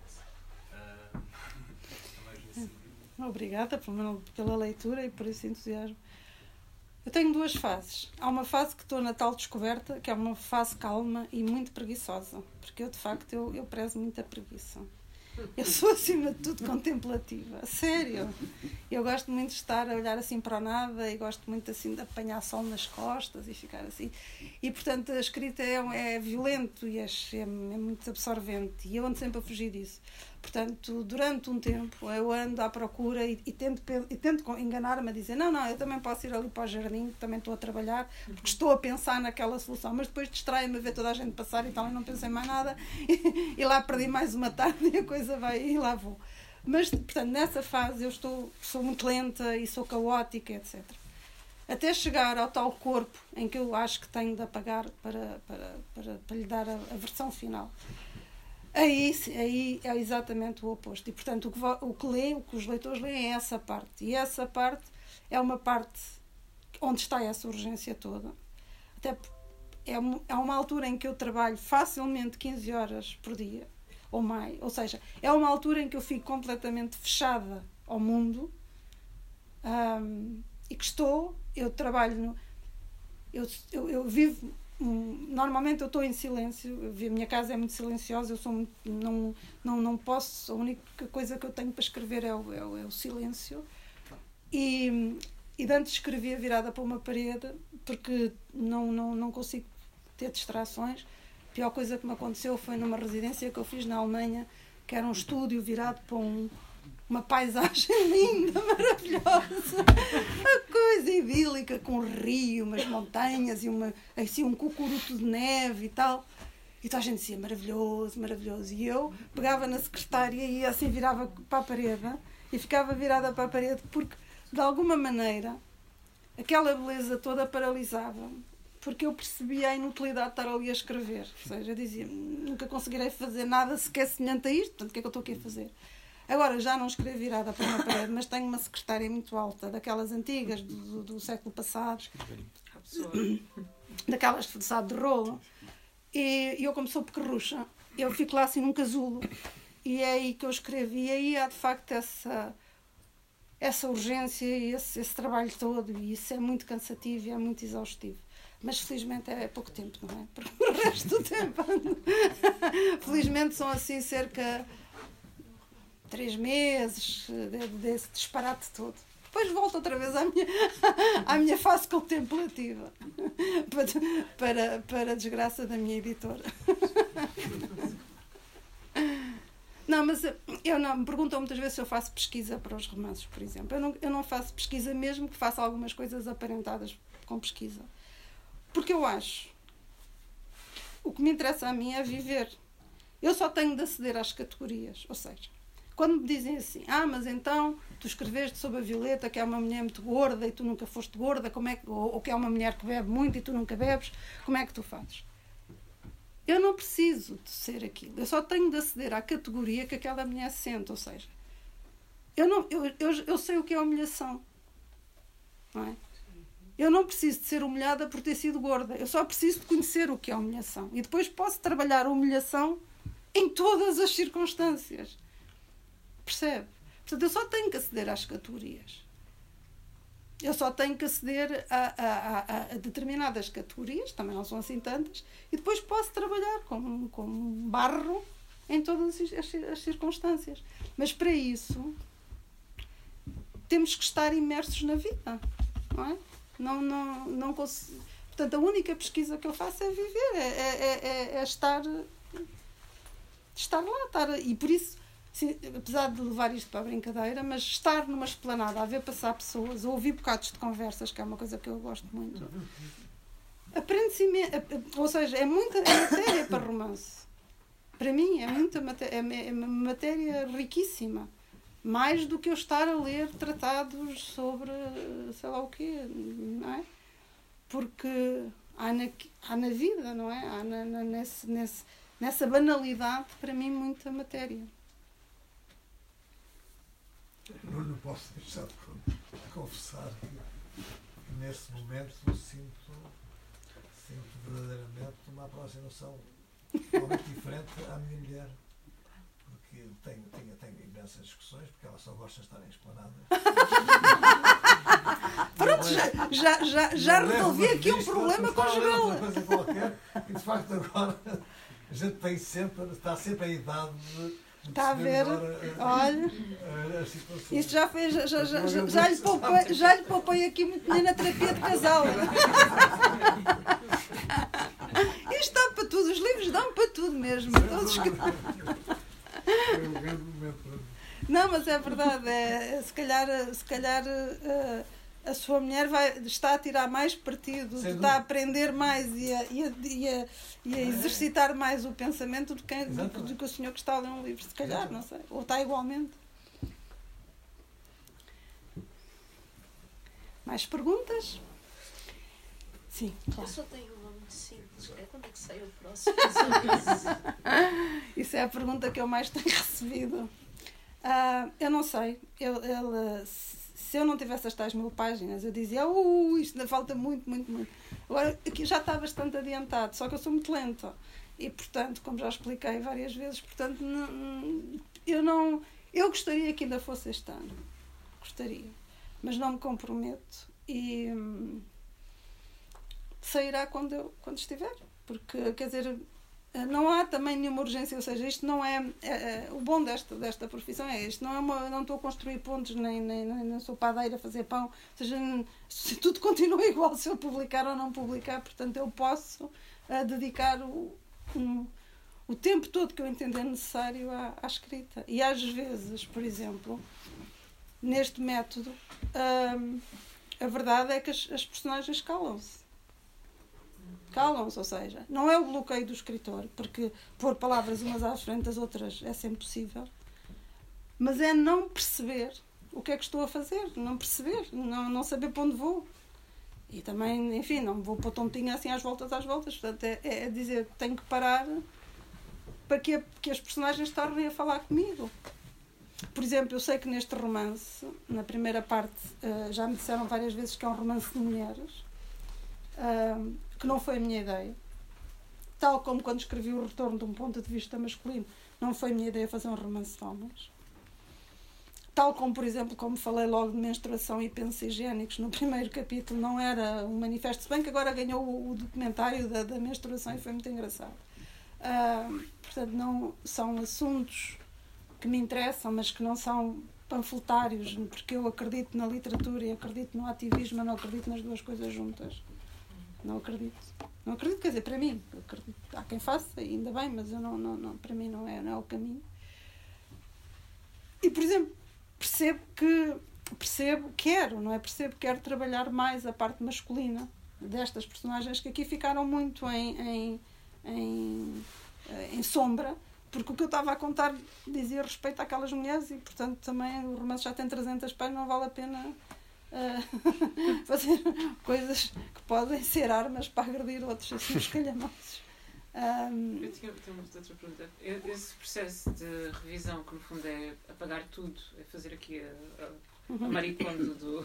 Mais nesse sentido. Obrigada pela leitura e por esse entusiasmo. Eu tenho duas fases. Há uma fase que estou na tal descoberta, que é uma fase calma e muito preguiçosa, porque eu, de facto, eu prezo muito a preguiça. Eu sou, acima de tudo, contemplativa. Sério. Eu gosto muito de estar a olhar assim para o nada e gosto muito assim de apanhar sol nas costas e ficar assim. E, portanto, a escrita é violento e é muito absorvente. E eu ando sempre a fugir disso. Portanto, durante um tempo, eu ando à procura e tento enganar-me a dizer não, eu também posso ir ali para o jardim, também estou a trabalhar, porque estou a pensar naquela solução, mas depois distrai-me a ver toda a gente passar e tal, e não pensei mais nada, e lá perdi mais uma tarde e a coisa vai, e lá vou. Mas, portanto, nessa fase eu sou muito lenta e sou caótica, etc. Até chegar ao tal corpo em que eu acho que tenho de apagar para lhe dar a versão final. Aí é exatamente o oposto. E, portanto, o que os leitores leem é essa parte. E essa parte é uma parte onde está essa urgência toda. Até é uma altura em que eu trabalho facilmente 15 horas por dia, ou mais. Ou seja, é uma altura em que eu fico completamente fechada ao mundo e que eu trabalho, eu vivo. Normalmente eu estou em silêncio, a minha casa é muito silenciosa, não posso, a única coisa que eu tenho para escrever é o silêncio, E de antes escrevia virada para uma parede, porque não consigo ter distrações. A pior coisa que me aconteceu foi numa residência que eu fiz na Alemanha, que era um estúdio virado para uma paisagem linda, maravilhosa, uma coisa idílica, com um rio, umas montanhas e assim, um cucuruto de neve e tal. E toda a gente dizia, maravilhoso, maravilhoso. E eu pegava na secretária e assim virava para a parede, e ficava virada para a parede, porque de alguma maneira aquela beleza toda paralisava-me, porque eu percebia a inutilidade de estar ali a escrever. Ou seja, eu dizia, nunca conseguirei fazer nada sequer semelhante a isto, portanto, o que é que eu estou aqui a fazer? Agora já não escrevo virada para uma parede, mas tenho uma secretária muito alta, daquelas antigas, do século passado, daquelas de rolo, e eu, como sou pequerrucha, eu fico lá assim num casulo, e é aí que eu escrevo, e aí há de facto essa urgência e esse trabalho todo, e isso é muito cansativo e é muito exaustivo. Mas felizmente é pouco tempo, não é? Porque o resto do tempo felizmente são assim cerca de 3 meses desse disparate todo. Depois volto outra vez à minha fase contemplativa, para a desgraça da minha editora. Não, mas me perguntam muitas vezes se eu faço pesquisa para os romances, por exemplo. Eu não faço pesquisa, mesmo que faça algumas coisas aparentadas com pesquisa. Porque eu acho, o que me interessa a mim é viver. Eu só tenho de aceder às categorias. Ou seja, quando me dizem assim, mas então tu escreveste sobre a Violeta, que é uma mulher muito gorda e tu nunca foste gorda, ou que é uma mulher que bebe muito e tu nunca bebes, como é que tu fazes? Eu não preciso de ser aquilo. Eu só tenho de aceder à categoria que aquela mulher sente. Ou seja, eu sei o que é humilhação. Não é? Eu não preciso de ser humilhada por ter sido gorda. Eu só preciso de conhecer o que é humilhação. E depois posso trabalhar a humilhação em todas as circunstâncias. Percebe? Portanto, eu só tenho que aceder às categorias. Eu só tenho que aceder a determinadas categorias, também não são assim tantas, e depois posso trabalhar com barro em todas as circunstâncias. Mas para isso temos que estar imersos na vida, não é? Não consigo. Portanto, a única pesquisa que eu faço é viver, é estar lá, e por isso, apesar de levar isto para a brincadeira, mas estar numa esplanada a ver passar pessoas, a ouvir bocados de conversas, que é uma coisa que eu gosto muito, aprende-se imenso, ou seja, é muita matéria para romance. Para mim é muita matéria, é uma matéria riquíssima, mais do que eu estar a ler tratados sobre sei lá o quê, não é? Porque há na vida, não é? Há nessa banalidade, para mim, muita matéria. Não posso deixar de confessar que nesse momento eu sinto verdadeiramente uma aproximação totalmente diferente à minha mulher. Porque tenho imensas discussões, porque ela só gosta de estar em esplanadas. Pronto, já resolvi aqui um problema conjugal. E de facto agora a gente está sempre a idade de está a ver? Olha, isto já fez, já lhe poupei aqui muito dinheiro na terapia de casal. Isto dá para tudo, os livros dão para tudo mesmo. Todos que... Não, mas é verdade, se calhar a sua mulher está a tirar mais partido, está a aprender mais e a exercitar mais o pensamento do que o senhor que está a ler um livro, se calhar, não sei, ou está igualmente. Mais perguntas? Sim, claro. Eu só tenho uma muito simples, quando é que sai o próximo? Isso é a pergunta que eu mais tenho recebido. Eu não sei, se eu não tivesse as tais 1000 páginas, eu dizia, isto ainda falta muito, muito, muito. Agora, aqui já está bastante adiantado, só que eu sou muito lenta. E, portanto, como já expliquei várias vezes, portanto, eu gostaria que ainda fosse este ano. Gostaria. Mas não me comprometo. E sairá quando estiver. Porque, quer dizer, não há também nenhuma urgência, ou seja, isto não é, o bom desta profissão é isto, não estou a construir pontos, nem sou padeira a fazer pão, ou seja, se tudo continua igual se eu publicar ou não publicar, portanto eu posso dedicar o tempo todo que eu entender necessário à escrita. E às vezes, por exemplo, neste método, a verdade é que as personagens calam-se, ou seja, não é o bloqueio do escritor, porque pôr palavras umas à frente das outras é sempre possível, mas é não perceber o que é que estou a fazer, não saber para onde vou. E também, enfim, não vou pôr tontinha assim às voltas, portanto é dizer que tenho que parar para que as personagens tornem a falar comigo. Por exemplo, eu sei que neste romance, na primeira parte, já me disseram várias vezes que é um romance de mulheres, que não foi a minha ideia. Tal como quando escrevi O Retorno de um Ponto de Vista Masculino, não foi a minha ideia fazer um romance de homens. Tal como, por exemplo, como falei logo de menstruação e pensos higiênicos no primeiro capítulo, não era um manifesto, se bem que agora ganhou o documentário da menstruação e foi muito engraçado. Portanto, não são assuntos que me interessam, mas que não são panfletários, porque eu acredito na literatura e acredito no ativismo, eu não acredito nas duas coisas juntas. Não acredito, quer dizer, para mim, acredito. Há quem faça, ainda bem, mas eu não, para mim não é o caminho. E, por exemplo, quero trabalhar mais a parte masculina destas personagens que aqui ficaram muito em sombra, porque o que eu estava a contar dizia respeito àquelas mulheres e, portanto, também o romance já tem 300 páginas, não vale a pena fazer coisas que podem ser armas para agredir outros, assim, os calhamaços. Eu tinha uma outra pergunta. Esse processo de revisão, que no fundo é apagar tudo, é fazer aqui a maricondo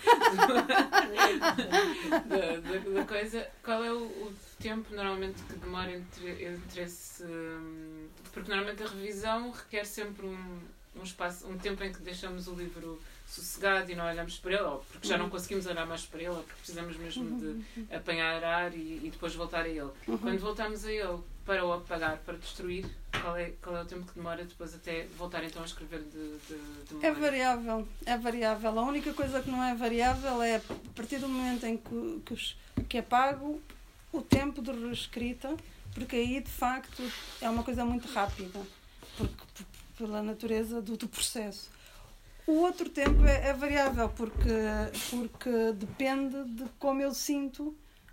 da coisa, qual é o tempo normalmente que demora entre esse... Porque normalmente a revisão requer sempre um espaço, um tempo em que deixamos o livro sossegado e não olhamos para ele, ou porque já não conseguimos olhar mais para ele, ou porque precisamos mesmo de apanhar ar e depois voltar a ele. Quando voltamos a ele para o apagar, para destruir, qual é o tempo que demora depois até voltar então a escrever de memória? É variável. A única coisa que não é variável é a partir do momento em que apago o tempo de reescrita, porque aí de facto é uma coisa muito rápida, pela natureza do processo. O outro tempo é variável, porque depende de como eu sinto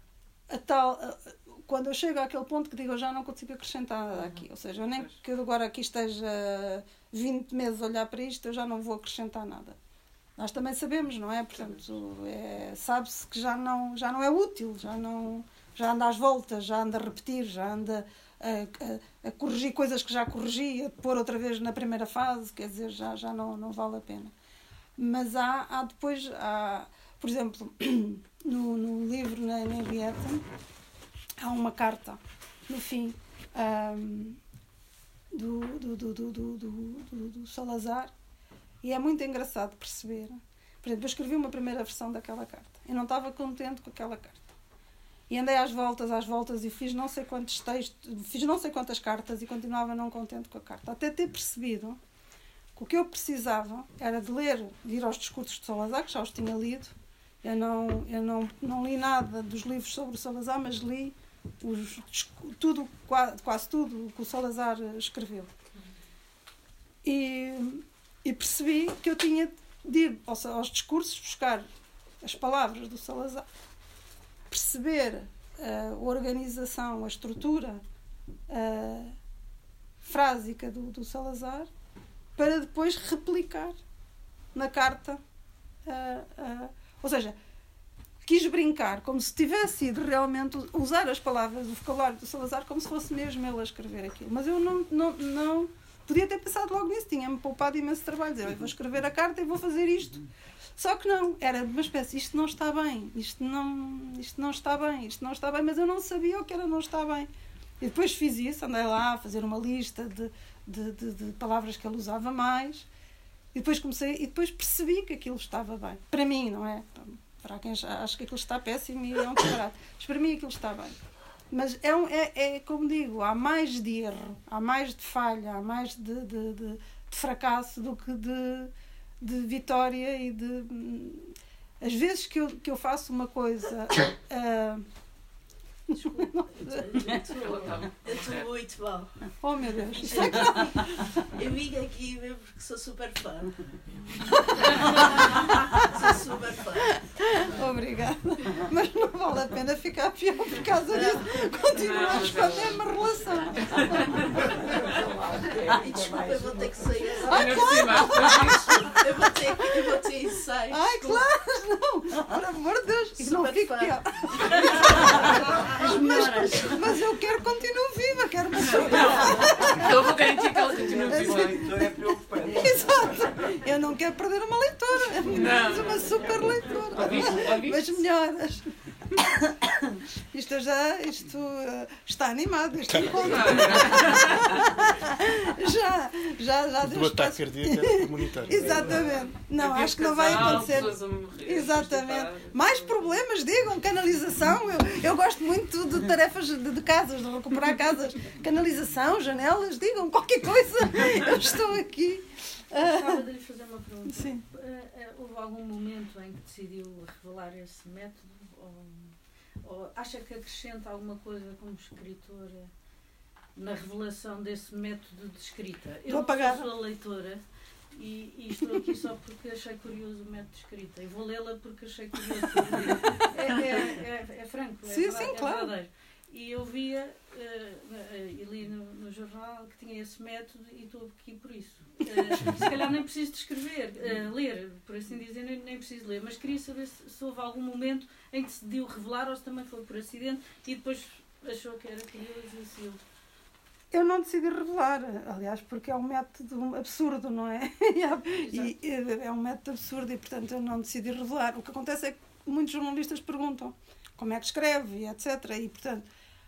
quando eu chego àquele ponto que digo, eu já não consigo acrescentar nada aqui. Ou seja, nem que eu agora aqui esteja 20 meses a olhar para isto, eu já não vou acrescentar nada. Nós também sabemos, não é? Portanto, sabe-se que já não é útil, já anda às voltas, já anda a repetir, já anda a corrigir coisas que já corrigi, a pôr outra vez na primeira fase, quer dizer, já não vale a pena. Mas há depois, por exemplo, no livro, na Henrietta, há uma carta, no fim, do Salazar, e é muito engraçado perceber. Por exemplo, eu escrevi uma primeira versão daquela carta, e não estava contente com aquela carta. E andei às voltas e fiz não sei quantos textos, fiz não sei quantas cartas e continuava não contente com a carta. Até ter percebido que o que eu precisava era de ir aos discursos de Salazar, que já os tinha lido. Eu não li nada dos livros sobre o Salazar, mas li quase tudo o que o Salazar escreveu. E percebi que eu tinha de ir aos discursos buscar as palavras do Salazar, perceber a organização, a estrutura frásica do Salazar, para depois replicar na carta. Ou seja, quis brincar como se tivesse ido realmente usar as palavras, o vocabulário do Salazar, como se fosse mesmo ele a escrever aquilo. Mas eu não podia ter pensado logo nisso, tinha-me poupado imenso trabalho, dizer, eu vou escrever a carta e vou fazer isto. Só que não, era uma espécie, isto não está bem, isto não está bem, mas eu não sabia o que era não está bem. E depois fiz isso, andei lá a fazer uma lista de palavras que ele usava mais, e depois percebi que aquilo estava bem. Para mim, não é? Para quem acha que aquilo está péssimo e é um disparate. Mas para mim aquilo está bem. Mas é como digo, há mais de erro, há mais de falha, há mais de fracasso do que de vitória e de... Às vezes que eu faço uma coisa... Desculpa. Eu estou muito mal. Oh meu Deus. Eu vim aqui ver porque sou super fã. Sou super fã. Obrigada. Mas não vale a pena ficar pior por causa disso. Continuo a esconder uma relação. E desculpa, eu vou ter que sair. Ai, claro! Eu vou ter ensaios. Ai, claro! Não! Por amor de Deus! E não fico pior. Mas eu quero continuar viva, quero uma super. Eu vou garantir que ela continua viva. Então é preocupante. Exato! Eu não quero perder uma leitora, mas uma super leitora. Mas melhoras. Isto está animado, este encontro. Já Do ataque cardíaco comunitário. Exatamente. Não, acho que não vai acontecer. Exatamente. Mais problemas, digam, canalização. Eu gosto muito de tarefas de casas, de recuperar casas. Canalização, janelas, digam qualquer coisa. Eu estou aqui. Gostava de lhe fazer uma pergunta. Sim. Houve algum momento em que decidiu revelar esse método? Ou acha que acrescenta alguma coisa como escritora na revelação desse método de escrita? Eu sou sua leitora e estou aqui só porque achei curioso o método de escrita. E vou lê-la porque achei curioso. É franco, sim, claro. Verdadeiro. E eu via e li no jornal que tinha esse método e estou aqui por isso. Se calhar nem preciso de escrever, ler, por assim dizer, nem preciso ler, mas queria saber se houve algum momento em que decidiu revelar ou se também foi por acidente e depois achou que era curioso e assim. Eu não decidi revelar, aliás, porque é um método absurdo, não é? E é um método absurdo e, portanto, eu não decidi revelar. O que acontece é que muitos jornalistas perguntam como é que escreve e etc. E, portanto,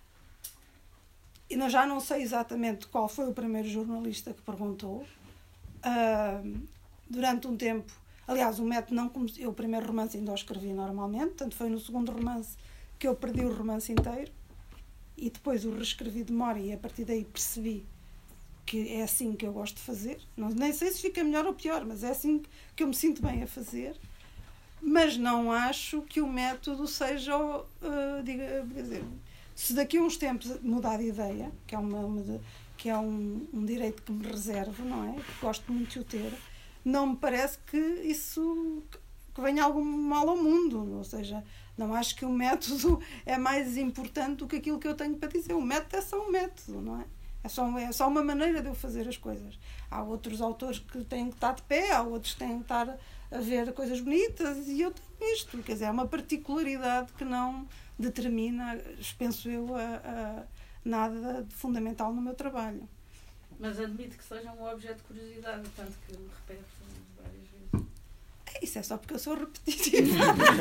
eu já não sei exatamente qual foi o primeiro jornalista que perguntou. Durante um tempo, aliás, o método não começou. Eu o primeiro romance ainda o escrevi normalmente, portanto, foi no segundo romance que eu perdi o romance inteiro. E depois o reescrevi de memória e a partir daí percebi que é assim que eu gosto de fazer. Nem sei se fica melhor ou pior, mas é assim que eu me sinto bem a fazer. Mas não acho que o método seja, quer dizer, se daqui a uns tempos mudar de ideia, que é um direito que me reservo, não é? Que gosto muito de o ter, não me parece que isso que venha algum mal ao mundo, ou seja, não acho que o método é mais importante do que aquilo que eu tenho para dizer. O método é só um método, não é? É só uma maneira de eu fazer as coisas. Há outros autores que têm que estar de pé, há outros que têm que estar a ver coisas bonitas e eu tenho isto. Quer dizer, é uma particularidade que não determina, penso eu, nada de fundamental no meu trabalho. Mas admito que seja um objeto de curiosidade, tanto que o repete várias vezes. Isso é só porque eu sou repetitiva.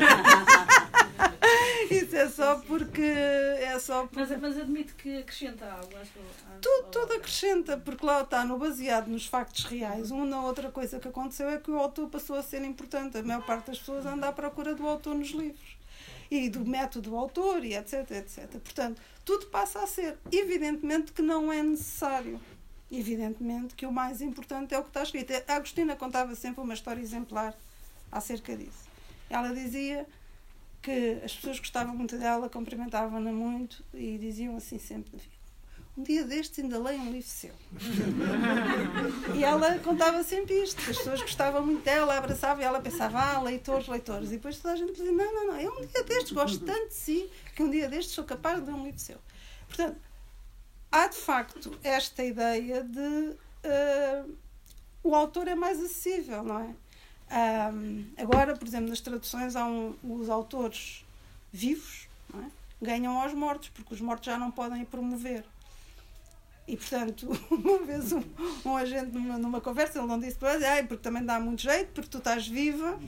Isso é só porque... Mas admito que acrescenta algo. Tudo acrescenta, porque lá está, baseado nos factos reais. Uma outra coisa que aconteceu é que o autor passou a ser importante. A maior parte das pessoas anda à procura do autor nos livros. E do método do autor, e etc, etc. Portanto, tudo passa a ser. Evidentemente que não é necessário. Evidentemente que o mais importante é o que está escrito. A Agostina contava sempre uma história exemplar acerca disso. Ela dizia que as pessoas gostavam muito dela, cumprimentavam-na muito e diziam assim sempre: um dia destes ainda leio um livro seu. E ela contava sempre isto, que as pessoas gostavam muito dela, abraçava e ela pensava, leitores. E depois toda a gente dizia, não, eu um dia destes gosto tanto de si que um dia destes sou capaz de ler um livro seu. Portanto, há de facto esta ideia de o autor é mais acessível, não é? Agora, por exemplo, nas traduções os autores vivos, não é? Ganham aos mortos, porque os mortos já não podem promover. E, portanto, uma vez um agente numa conversa, ele não disse para ela, porque também dá muito jeito, porque tu estás viva.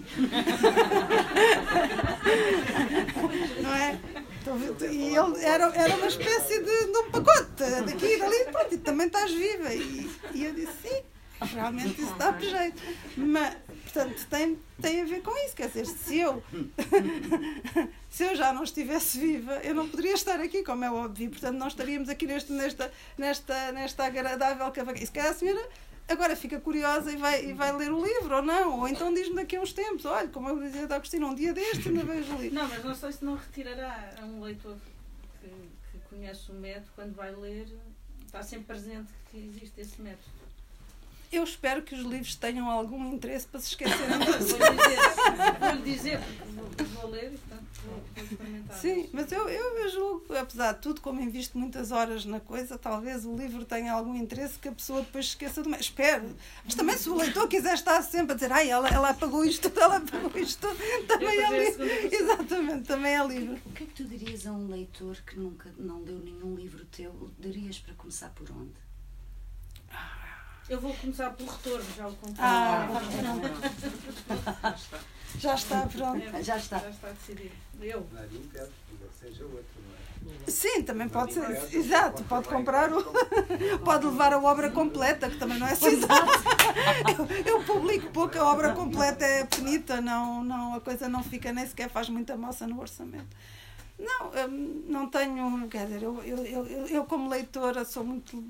Não é? E ele era uma espécie de um pacote, daqui e dali, pronto, e também estás viva. E eu disse, sim, realmente isso dá para jeito. Mas, Portanto, tem a ver com isso. Quer dizer, se eu já não estivesse viva, eu não poderia estar aqui, como é óbvio. Portanto, não estaríamos aqui nesta agradável cavaquinha. Se calhar a senhora agora fica curiosa e vai ler o livro, ou não. Ou então diz-me daqui a uns tempos, olha, como eu dizia da Agostina, um dia deste ainda vejo o livro. Não, mas não sei se não retirará a um leitor que conhece o método, quando vai ler, está sempre presente que existe esse método. Eu espero que os livros tenham algum interesse para se esquecerem disso. Vou-lhe dizer, vou ler e portanto vou experimentar. Sim, mas eu julgo, apesar de tudo, como invisto muitas horas na coisa, talvez o livro tenha algum interesse que a pessoa depois se esqueça do meio. Espero. Mas também se o leitor quiser estar sempre a dizer ela apagou isto tudo, ela apagou isto tudo, também é livro. Exatamente, também é livro. O que é que tu dirias a um leitor que nunca não leu nenhum livro teu? Dirias para começar por onde? Eu vou começar pelo retorno, já o comprei. Já está, pronto. Já está decidido. Eu. Seja outro, não é? Sim, também pode ser. Exato, pode comprar, pode levar a obra completa, que também não é assim. Eu publico pouco, a obra completa é pequenita, não, a coisa não fica, nem sequer faz muita moça no orçamento. Não tenho, quer dizer, eu como leitora sou muito.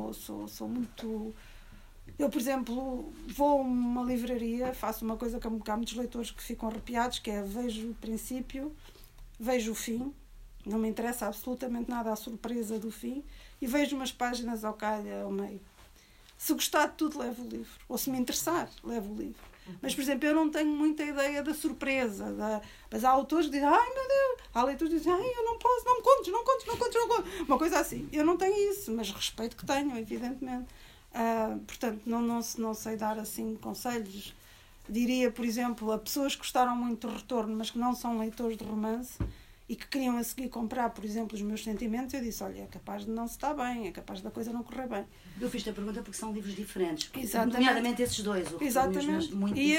Eu, por exemplo, vou a uma livraria, faço uma coisa que há muitos leitores que ficam arrepiados, que é vejo o princípio, vejo o fim, não me interessa absolutamente nada a surpresa do fim, e vejo umas páginas ao calho, ao meio. Se gostar de tudo, levo o livro. Ou se me interessar, levo o livro. Mas, por exemplo, eu não tenho muita ideia da surpresa. Mas há autores que dizem, ai meu Deus, há leitores que dizem, ai eu não posso, não me contes. Uma coisa assim. Eu não tenho isso, mas respeito que tenho, evidentemente. Portanto, não sei dar assim conselhos. Diria, por exemplo, a pessoas que gostaram muito do Retorno, mas que não são leitores de romance e que queriam a seguir comprar, por exemplo, os meus sentimentos, eu disse, olha, é capaz de não se estar bem, é capaz da coisa não correr bem. Eu fiz-te a pergunta porque são livros diferentes. Exatamente. Nomeadamente esses dois. Exatamente. Muito e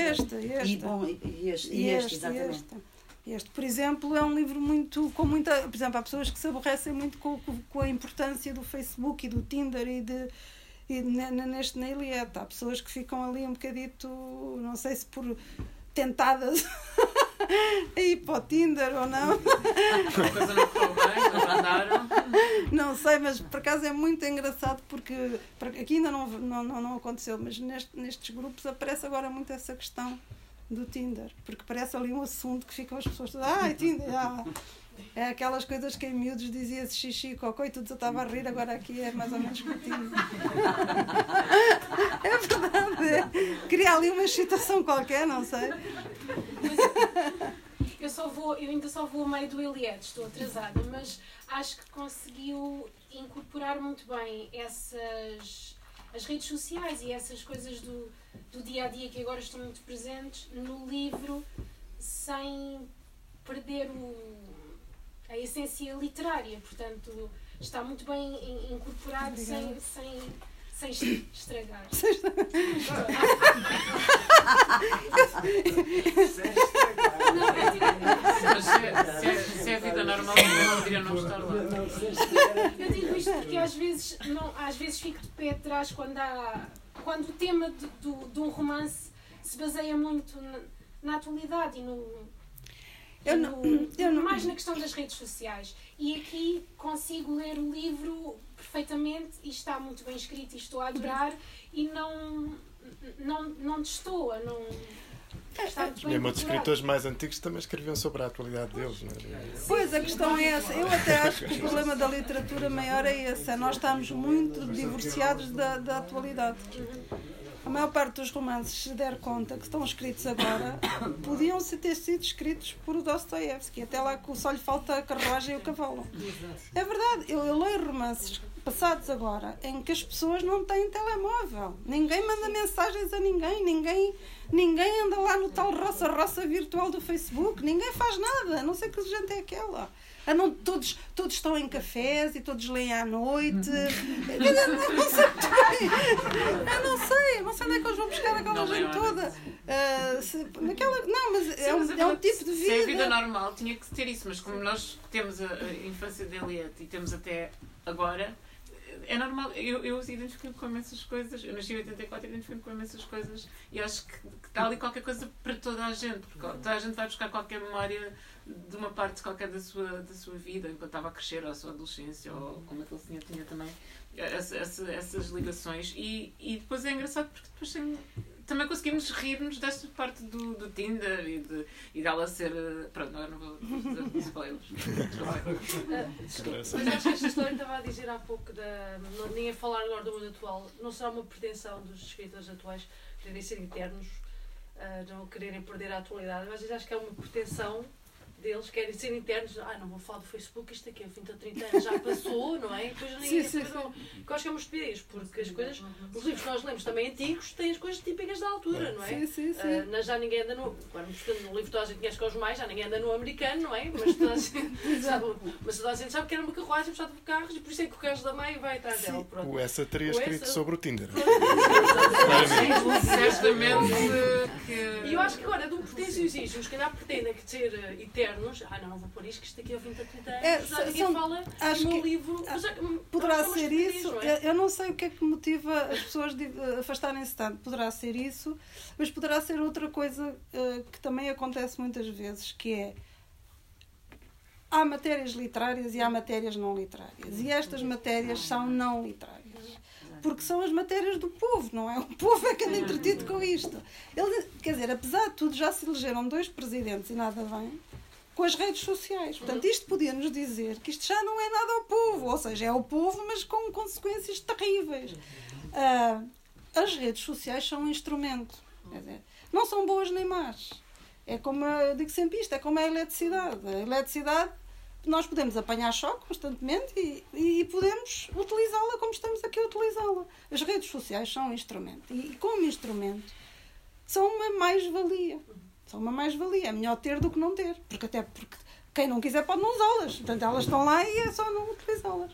este, exatamente. Este, por exemplo, é um livro com muita... Por exemplo, há pessoas que se aborrecem muito com a importância do Facebook e do Tinder na Eliette. Há pessoas que ficam ali um bocadito, não sei se por tentadas a ir para o Tinder ou não. A coisa não ficou bem, não mandaram. Não sei, mas por acaso é muito engraçado porque aqui ainda não aconteceu, mas nestes grupos aparece agora muito essa questão do Tinder, porque parece ali um assunto que ficam as pessoas todas, Tinder, é aquelas coisas que em miúdos dizia-se xixi, cocô e tudo eu estava a rir, agora aqui é mais ou menos como Tinder. É verdade, cria ali uma excitação qualquer, não sei. Eu ainda só vou a meio do Eliette, estou atrasada, mas acho que conseguiu incorporar muito bem as redes sociais e essas coisas do dia a dia que agora estão muito presentes no livro, sem perder a essência literária. Portanto, está muito bem incorporado sem estragar. Se é a vida normal, não poderia não estar lá. Eu digo isto porque às vezes fico de pé atrás quando o tema de um romance se baseia muito na atualidade e mais na questão das redes sociais. E aqui consigo ler o livro perfeitamente e está muito bem escrito e estou a adorar e não destoa, está muito bem. Mesmo os escritores mais antigos também escreviam sobre a atualidade deles, não é? Pois, a questão é essa. Eu até acho que o problema da literatura maior é esse. Nós estamos muito divorciados da atualidade. A maior parte dos romances, se der conta que estão escritos agora, podiam ter sido escritos por Dostoiévski, até lá que só lhe falta a carruagem e o cavalo. É verdade, eu leio romances passados agora, em que as pessoas não têm telemóvel, ninguém manda mensagens a ninguém anda lá no tal roça virtual do Facebook, ninguém faz nada, a não ser que a gente é aquela. Todos estão em cafés e todos leem à noite. Não sei muito bem. Eu não sei onde é que eles vão buscar aquela gente toda. Mas é um tipo de vida. Se é a vida normal, tinha que ter isso, mas como nós temos a infância de Eliette e temos até agora, é normal, eu identifico-me com essas coisas, eu nasci em 84 e identifico-me com essas coisas e acho que está ali qualquer coisa para toda a gente, porque toda a gente vai buscar qualquer memória de uma parte qualquer da sua vida, enquanto estava a crescer, ou a sua adolescência, ou como aquele senhor tinha também essas ligações. E depois é engraçado porque depois também conseguimos rir-nos desta parte do Tinder e dela ser... Pronto, agora não vou dizer spoilers. Mas acho que esta história que estava a dizer há pouco, não nem a falar agora do mundo atual, não será uma pretensão dos escritores atuais quererem ser eternos, não quererem perder a atualidade, mas acho que é uma pretensão deles, querem ser internos, não vou falar do Facebook, isto aqui é 20 ou 30 anos, já passou, não é? E depois ninguém não. Eu acho que é uma estupidez, porque as coisas, os livros que nós lemos também antigos têm as coisas típicas da altura, não é? Sim. Já ninguém anda no. Agora, no livro toda a gente conhece com os mais, já ninguém anda no americano, não é? Mas toda a gente sabe que era uma carruagem puxada por carros e por isso é que o Carlos da Mãe vai atrás dela. O Essa teria escrito sobre o Tinder. Certamente. E eu acho que agora é de um pretenciosismo, os que ainda pretendem que ser eternos. Não vou pôr isto, que isto aqui é 20 a 30 anos. Já ninguém fala no meu livro. Poderá ser isso. Eu não sei o que é que motiva as pessoas de afastarem-se tanto. Poderá ser isso, mas poderá ser outra coisa que também acontece muitas vezes, que é há matérias literárias e há matérias não literárias. E estas matérias são não literárias. Porque são as matérias do povo, não é? O povo é que anda entretido com isto. Quer dizer, apesar de tudo, já se elegeram 2 presidentes e nada bem com as redes sociais. Portanto, isto podia-nos dizer que isto já não é nada ao povo. Ou seja, é ao povo, mas com consequências terríveis. As redes sociais são um instrumento. Quer dizer, não são boas nem más. É como eu digo sempre isto, é como a eletricidade. A eletricidade, nós podemos apanhar choque constantemente e podemos utilizá-la como estamos aqui a utilizá-la. As redes sociais são um instrumento. E como instrumento, são uma mais-valia. São uma mais-valia. É melhor ter do que não ter. Porque quem não quiser pode não usá-las. Portanto, elas estão lá e é só não utilizá-las.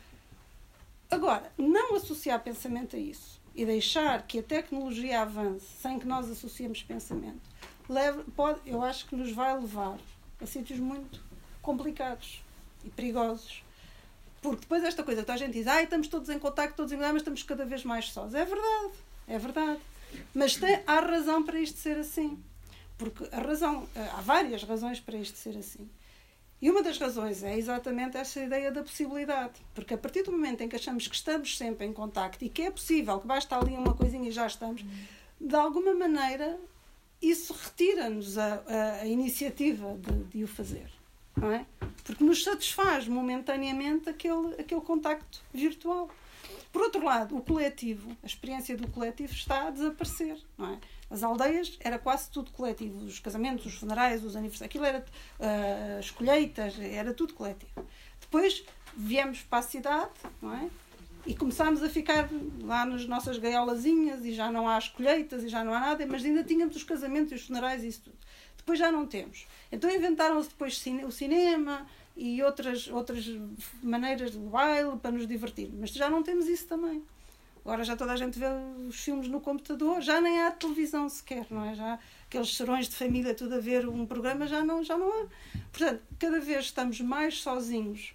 Agora, não associar pensamento a isso e deixar que a tecnologia avance sem que nós associemos pensamento, eu acho que nos vai levar a sítios muito complicados e perigosos. Porque depois esta coisa, toda a gente diz, estamos todos em contacto, mas estamos cada vez mais sós. É verdade. Mas há razão para isto ser assim. Porque há várias razões para isto ser assim. E uma das razões é exatamente essa ideia da possibilidade. Porque a partir do momento em que achamos que estamos sempre em contacto e que é possível, que basta ali uma coisinha e já estamos, de alguma maneira isso retira-nos a iniciativa de o fazer. Não é? Porque nos satisfaz momentaneamente aquele contacto virtual. Por outro lado, o coletivo, a experiência do coletivo está a desaparecer. Não é? As aldeias era quase tudo coletivo. Os casamentos, os funerais, os aniversários, aquilo era as colheitas, era tudo coletivo. Depois viemos para a cidade, não é? E começámos a ficar lá nas nossas gaiolas,inhas e já não há as colheitas e já não há nada, mas ainda tínhamos os casamentos e os funerais e isso tudo. Depois já não temos. Então inventaram-se depois o cinema e outras maneiras de baile para nos divertir. Mas já não temos isso também. Agora já toda a gente vê os filmes no computador, já nem há televisão sequer, não é? Já aqueles serões de família, tudo a ver um programa, já não há. Portanto, cada vez estamos mais sozinhos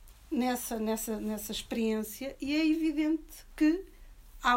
nessa experiência e é evidente que há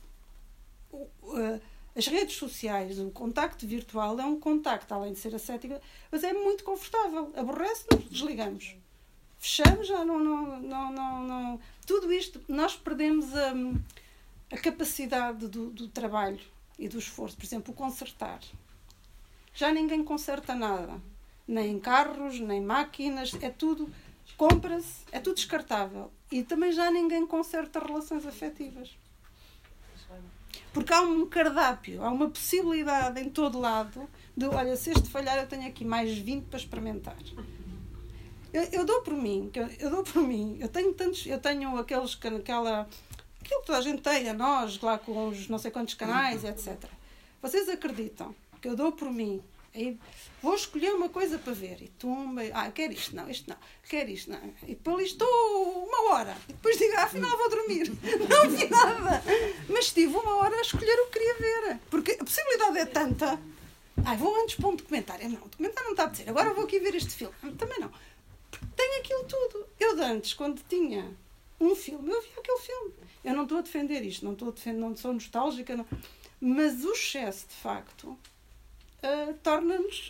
as redes sociais, o contacto virtual é um contacto, além de ser ascético, mas é muito confortável. Aborrece-nos, desligamos. Fechamos, já não. Tudo isto, nós perdemos a capacidade do trabalho e do esforço. Por exemplo, o consertar. Já ninguém conserta nada. Nem carros, nem máquinas, é tudo, compra-se, é tudo descartável. E também já ninguém conserta relações afetivas. Porque há um cardápio, há uma possibilidade em todo lado de, olha, se este falhar eu tenho aqui mais 20 para experimentar. Eu dou por mim, eu tenho aquilo que toda a gente tem, a nós, lá com os não sei quantos canais, etc. Vocês acreditam que eu dou por mim, aí vou escolher uma coisa para ver, e tumba, quero isto não, quero isto não, e depois estou 1 hora, e depois digo, afinal vou dormir, não vi nada, mas estive 1 hora a escolher o que queria ver, porque a possibilidade é tanta, vou antes para um documentário, não, o documentário não está a dizer, agora vou aqui ver este filme, também não. Tenho aquilo tudo. Eu de antes, quando tinha um filme. Eu vi aquele filme. Eu não estou a defender isto, não sou nostálgica, não. Mas o excesso, de facto, torna-nos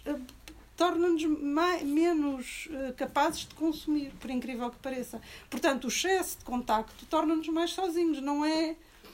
menos capazes de consumir, por incrível que pareça. Portanto, o excesso de contacto torna-nos mais sozinhos. Não é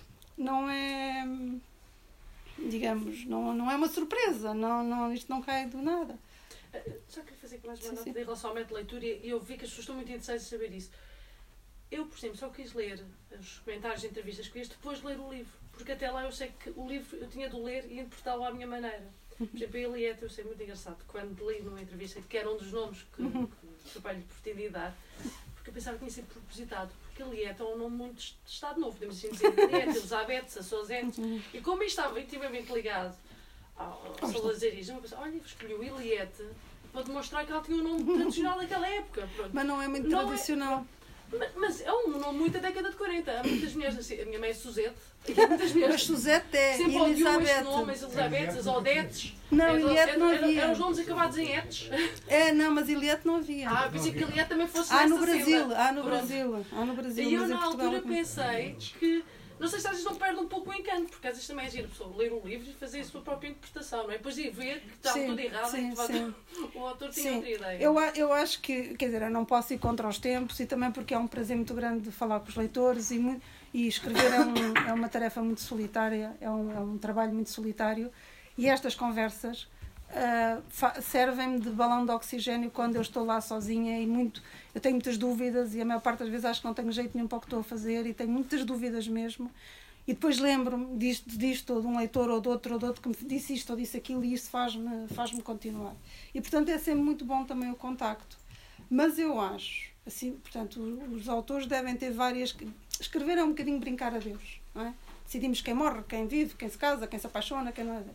digamos, não é uma surpresa. Isto não cai do nada. Só queria fazer mais uma nota em relação ao método de leitura, e eu vi que as pessoas estão muito interessadas em saber isso. Eu, por exemplo, só quis ler os comentários de entrevistas que fiz depois de ler o livro, porque até lá eu sei que o livro eu tinha de ler e interpretá-lo à minha maneira. Por exemplo, a Eliette, eu sei muito engraçado, quando li numa entrevista, que era um dos nomes que o seu pai lhe pretendia dar, porque eu pensava que tinha sido propositado, porque Eliette é um nome muito de Estado Novo, podemos assim dizer, Eliette, Elizabeth, Sassozente, e como isto estava intimamente ligado ao salazarismo, eu pensei, olha, escolhi o Eliette para demonstrar que ela tinha um nome tradicional daquela época. Pronto. Mas não é muito tradicional. Mas é um nome muito da década de 40. Há muitas mulheres assim. A minha mãe é Suzette. Mas Suzette é sempre Elizabeth. Sempre nomes, Elisabetes, Odetes. Não, Eliette não havia. Eram os nomes acabados em etes. Não, mas Eliette não havia. Pensei que Eliette também fosse no Brasil. E eu na altura pensei que... Não sei se às vezes não perde um pouco o encanto, porque às vezes também é giro a pessoa ler um livro e fazer a sua própria interpretação, não é? Depois de ver que estava tudo errado e que o autor tinha outra ideia. Eu acho que, quer dizer, eu não posso ir contra os tempos, e também porque é um prazer muito grande de falar com os leitores, e escrever é uma tarefa muito solitária, é um trabalho muito solitário, e estas conversas servem-me de balão de oxigênio quando eu estou lá sozinha eu tenho muitas dúvidas, e a maior parte das vezes acho que não tenho jeito nenhum para o que estou a fazer, e tenho muitas dúvidas mesmo, e depois lembro-me disto ou de um leitor ou de outro que me disse isto ou disse aquilo, e isso faz-me continuar. E portanto é sempre muito bom também o contacto. Mas eu acho, assim, portanto, os autores devem ter várias... Escrever é um bocadinho brincar a Deus, não é? Decidimos quem morre, quem vive, quem se casa, quem se apaixona, quem não é...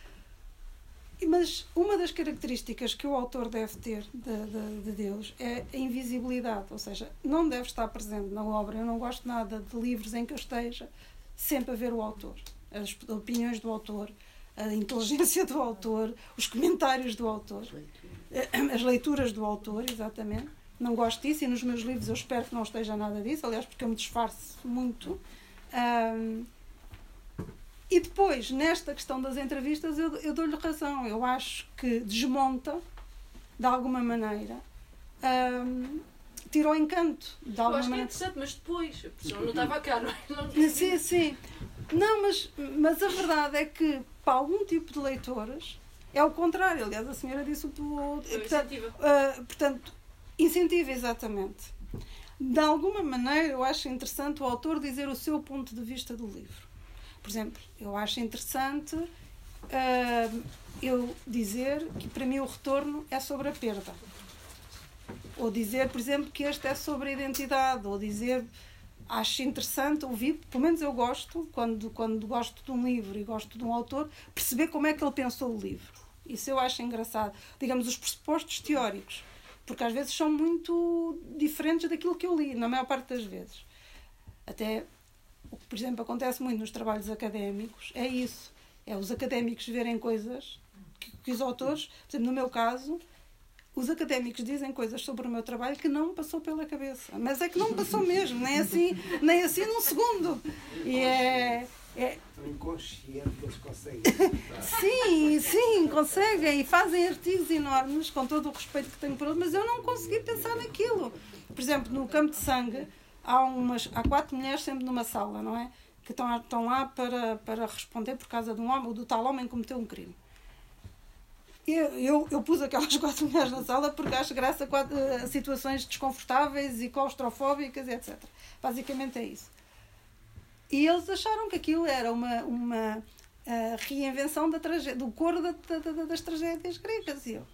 Mas uma das características que o autor deve ter de Deus é a invisibilidade, ou seja, não deve estar presente na obra. Eu não gosto nada de livros em que eu esteja sempre a ver o autor, as opiniões do autor, a inteligência do autor, os comentários do autor, as leituras do autor, exatamente. Não gosto disso, e nos meus livros eu espero que não esteja nada disso, aliás, porque eu me disfarço muito. E depois, nesta questão das entrevistas, eu dou-lhe razão. Eu acho que desmonta, de alguma maneira, tira o encanto. De alguma acho maneira. Que é interessante, mas depois, porque não estava cá, não é? Sim. Não, mas a verdade é que, para algum tipo de leitores, é o contrário. Aliás, a senhora disse portanto, incentiva, exatamente. De alguma maneira, eu acho interessante o autor dizer o seu ponto de vista do livro. Por exemplo, eu acho interessante eu dizer que para mim o retorno é sobre a perda. Ou dizer, por exemplo, que este é sobre a identidade. Ou dizer, acho interessante ouvir, pelo menos eu gosto, quando gosto de um livro e gosto de um autor, perceber como é que ele pensou o livro. Isso eu acho engraçado. Digamos, os pressupostos teóricos. Porque às vezes são muito diferentes daquilo que eu li, na maior parte das vezes. Até... O que, por exemplo, acontece muito nos trabalhos académicos é isso. É os académicos verem coisas que os autores... Por exemplo, no meu caso, os académicos dizem coisas sobre o meu trabalho que não me passou pela cabeça. Mas é que não me passou mesmo, nem assim num segundo. E O inconsciente eles conseguem. Sim, conseguem. E fazem artigos enormes, com todo o respeito que tenho por eles, mas eu não consegui pensar naquilo. Por exemplo, no Campo de Sangue, há 4 mulheres sempre numa sala, não é? Que estão lá para responder por causa de um homem, ou do tal homem que cometeu um crime. Eu pus aquelas 4 mulheres na sala porque acho graça a situações desconfortáveis e claustrofóbicas, etc. Basicamente é isso. E eles acharam que aquilo era uma reinvenção do coro das tragédias gregas. E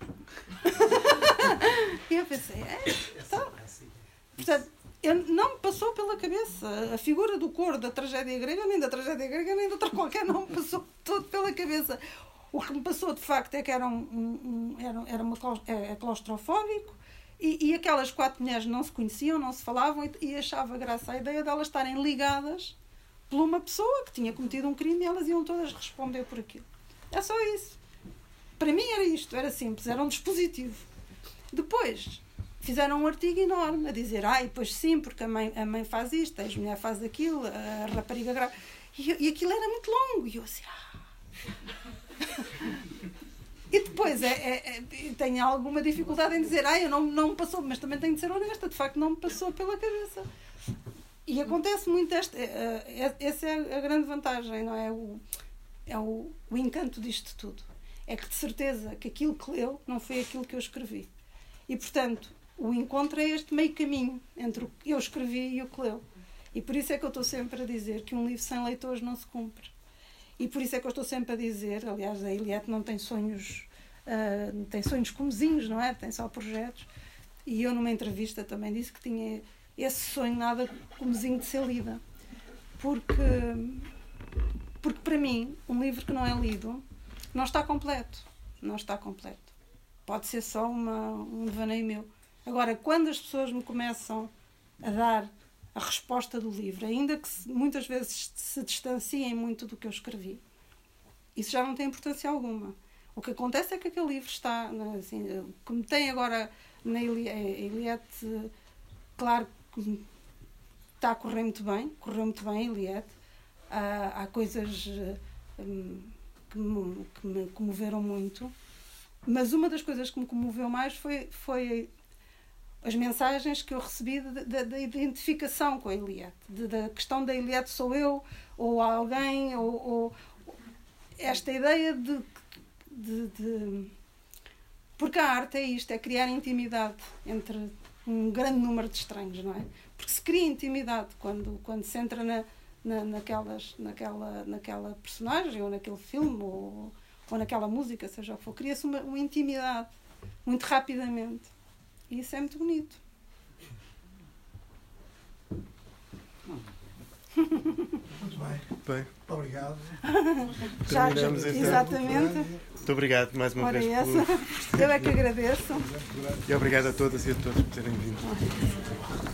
eu pensei, então... Portanto, não me passou pela cabeça a figura do coro da tragédia grega, nem da tragédia grega, nem de outra qualquer, não me passou todo pela cabeça. O que me passou, de facto, é que era claustrofóbico, e aquelas 4 mulheres não se conheciam, não se falavam, e achava graça a ideia de elas estarem ligadas por uma pessoa que tinha cometido um crime, e elas iam todas responder por aquilo. É só isso. Para mim era isto, era simples, era um dispositivo. Depois... fizeram um artigo enorme a dizer, pois sim, porque a mãe faz isto, a ex-mulher faz aquilo, a rapariga grave. E aquilo era muito longo. E eu assim, E depois tenho alguma dificuldade em dizer, não me passou, mas também tenho de ser honesta, de facto não me passou pela cabeça. E acontece muito essa é a grande vantagem, não é? O encanto disto tudo. É que de certeza que aquilo que leu não foi aquilo que eu escrevi. E, portanto, o encontro é este meio caminho entre o que eu escrevi e o que leu. E por isso é que eu estou sempre a dizer que um livro sem leitores não se cumpre. E por isso é que eu estou sempre a dizer, aliás, a Eliette não tem sonhos comezinhos, não é? Tem só projetos. E eu, numa entrevista, também disse que tinha esse sonho nada comezinho de ser lida. Porque para mim, um livro que não é lido não está completo. Não está completo. Pode ser só um devaneio meu. Agora, quando as pessoas me começam a dar a resposta do livro, ainda que muitas vezes se distanciem muito do que eu escrevi, isso já não tem importância alguma. O que acontece é que aquele livro está, assim, como tem agora na Eliette, claro que está a correr muito bem, correu muito bem a Eliette. Há coisas que me comoveram muito, mas uma das coisas que me comoveu mais foi as mensagens que eu recebi da identificação com a Eliette, da questão da Eliette sou eu, ou alguém, ou esta ideia de porque a arte é isto, é criar intimidade entre um grande número de estranhos, não é? Porque se cria intimidade quando se entra naquela personagem, ou naquele filme, ou naquela música, seja o que for, cria-se uma intimidade muito rapidamente. E isso é muito bonito. Muito bem. Obrigado. Terminamos então. Exatamente. Muito obrigado mais uma vez. Eu é que agradeço. E obrigado a todas e a todos por terem vindo.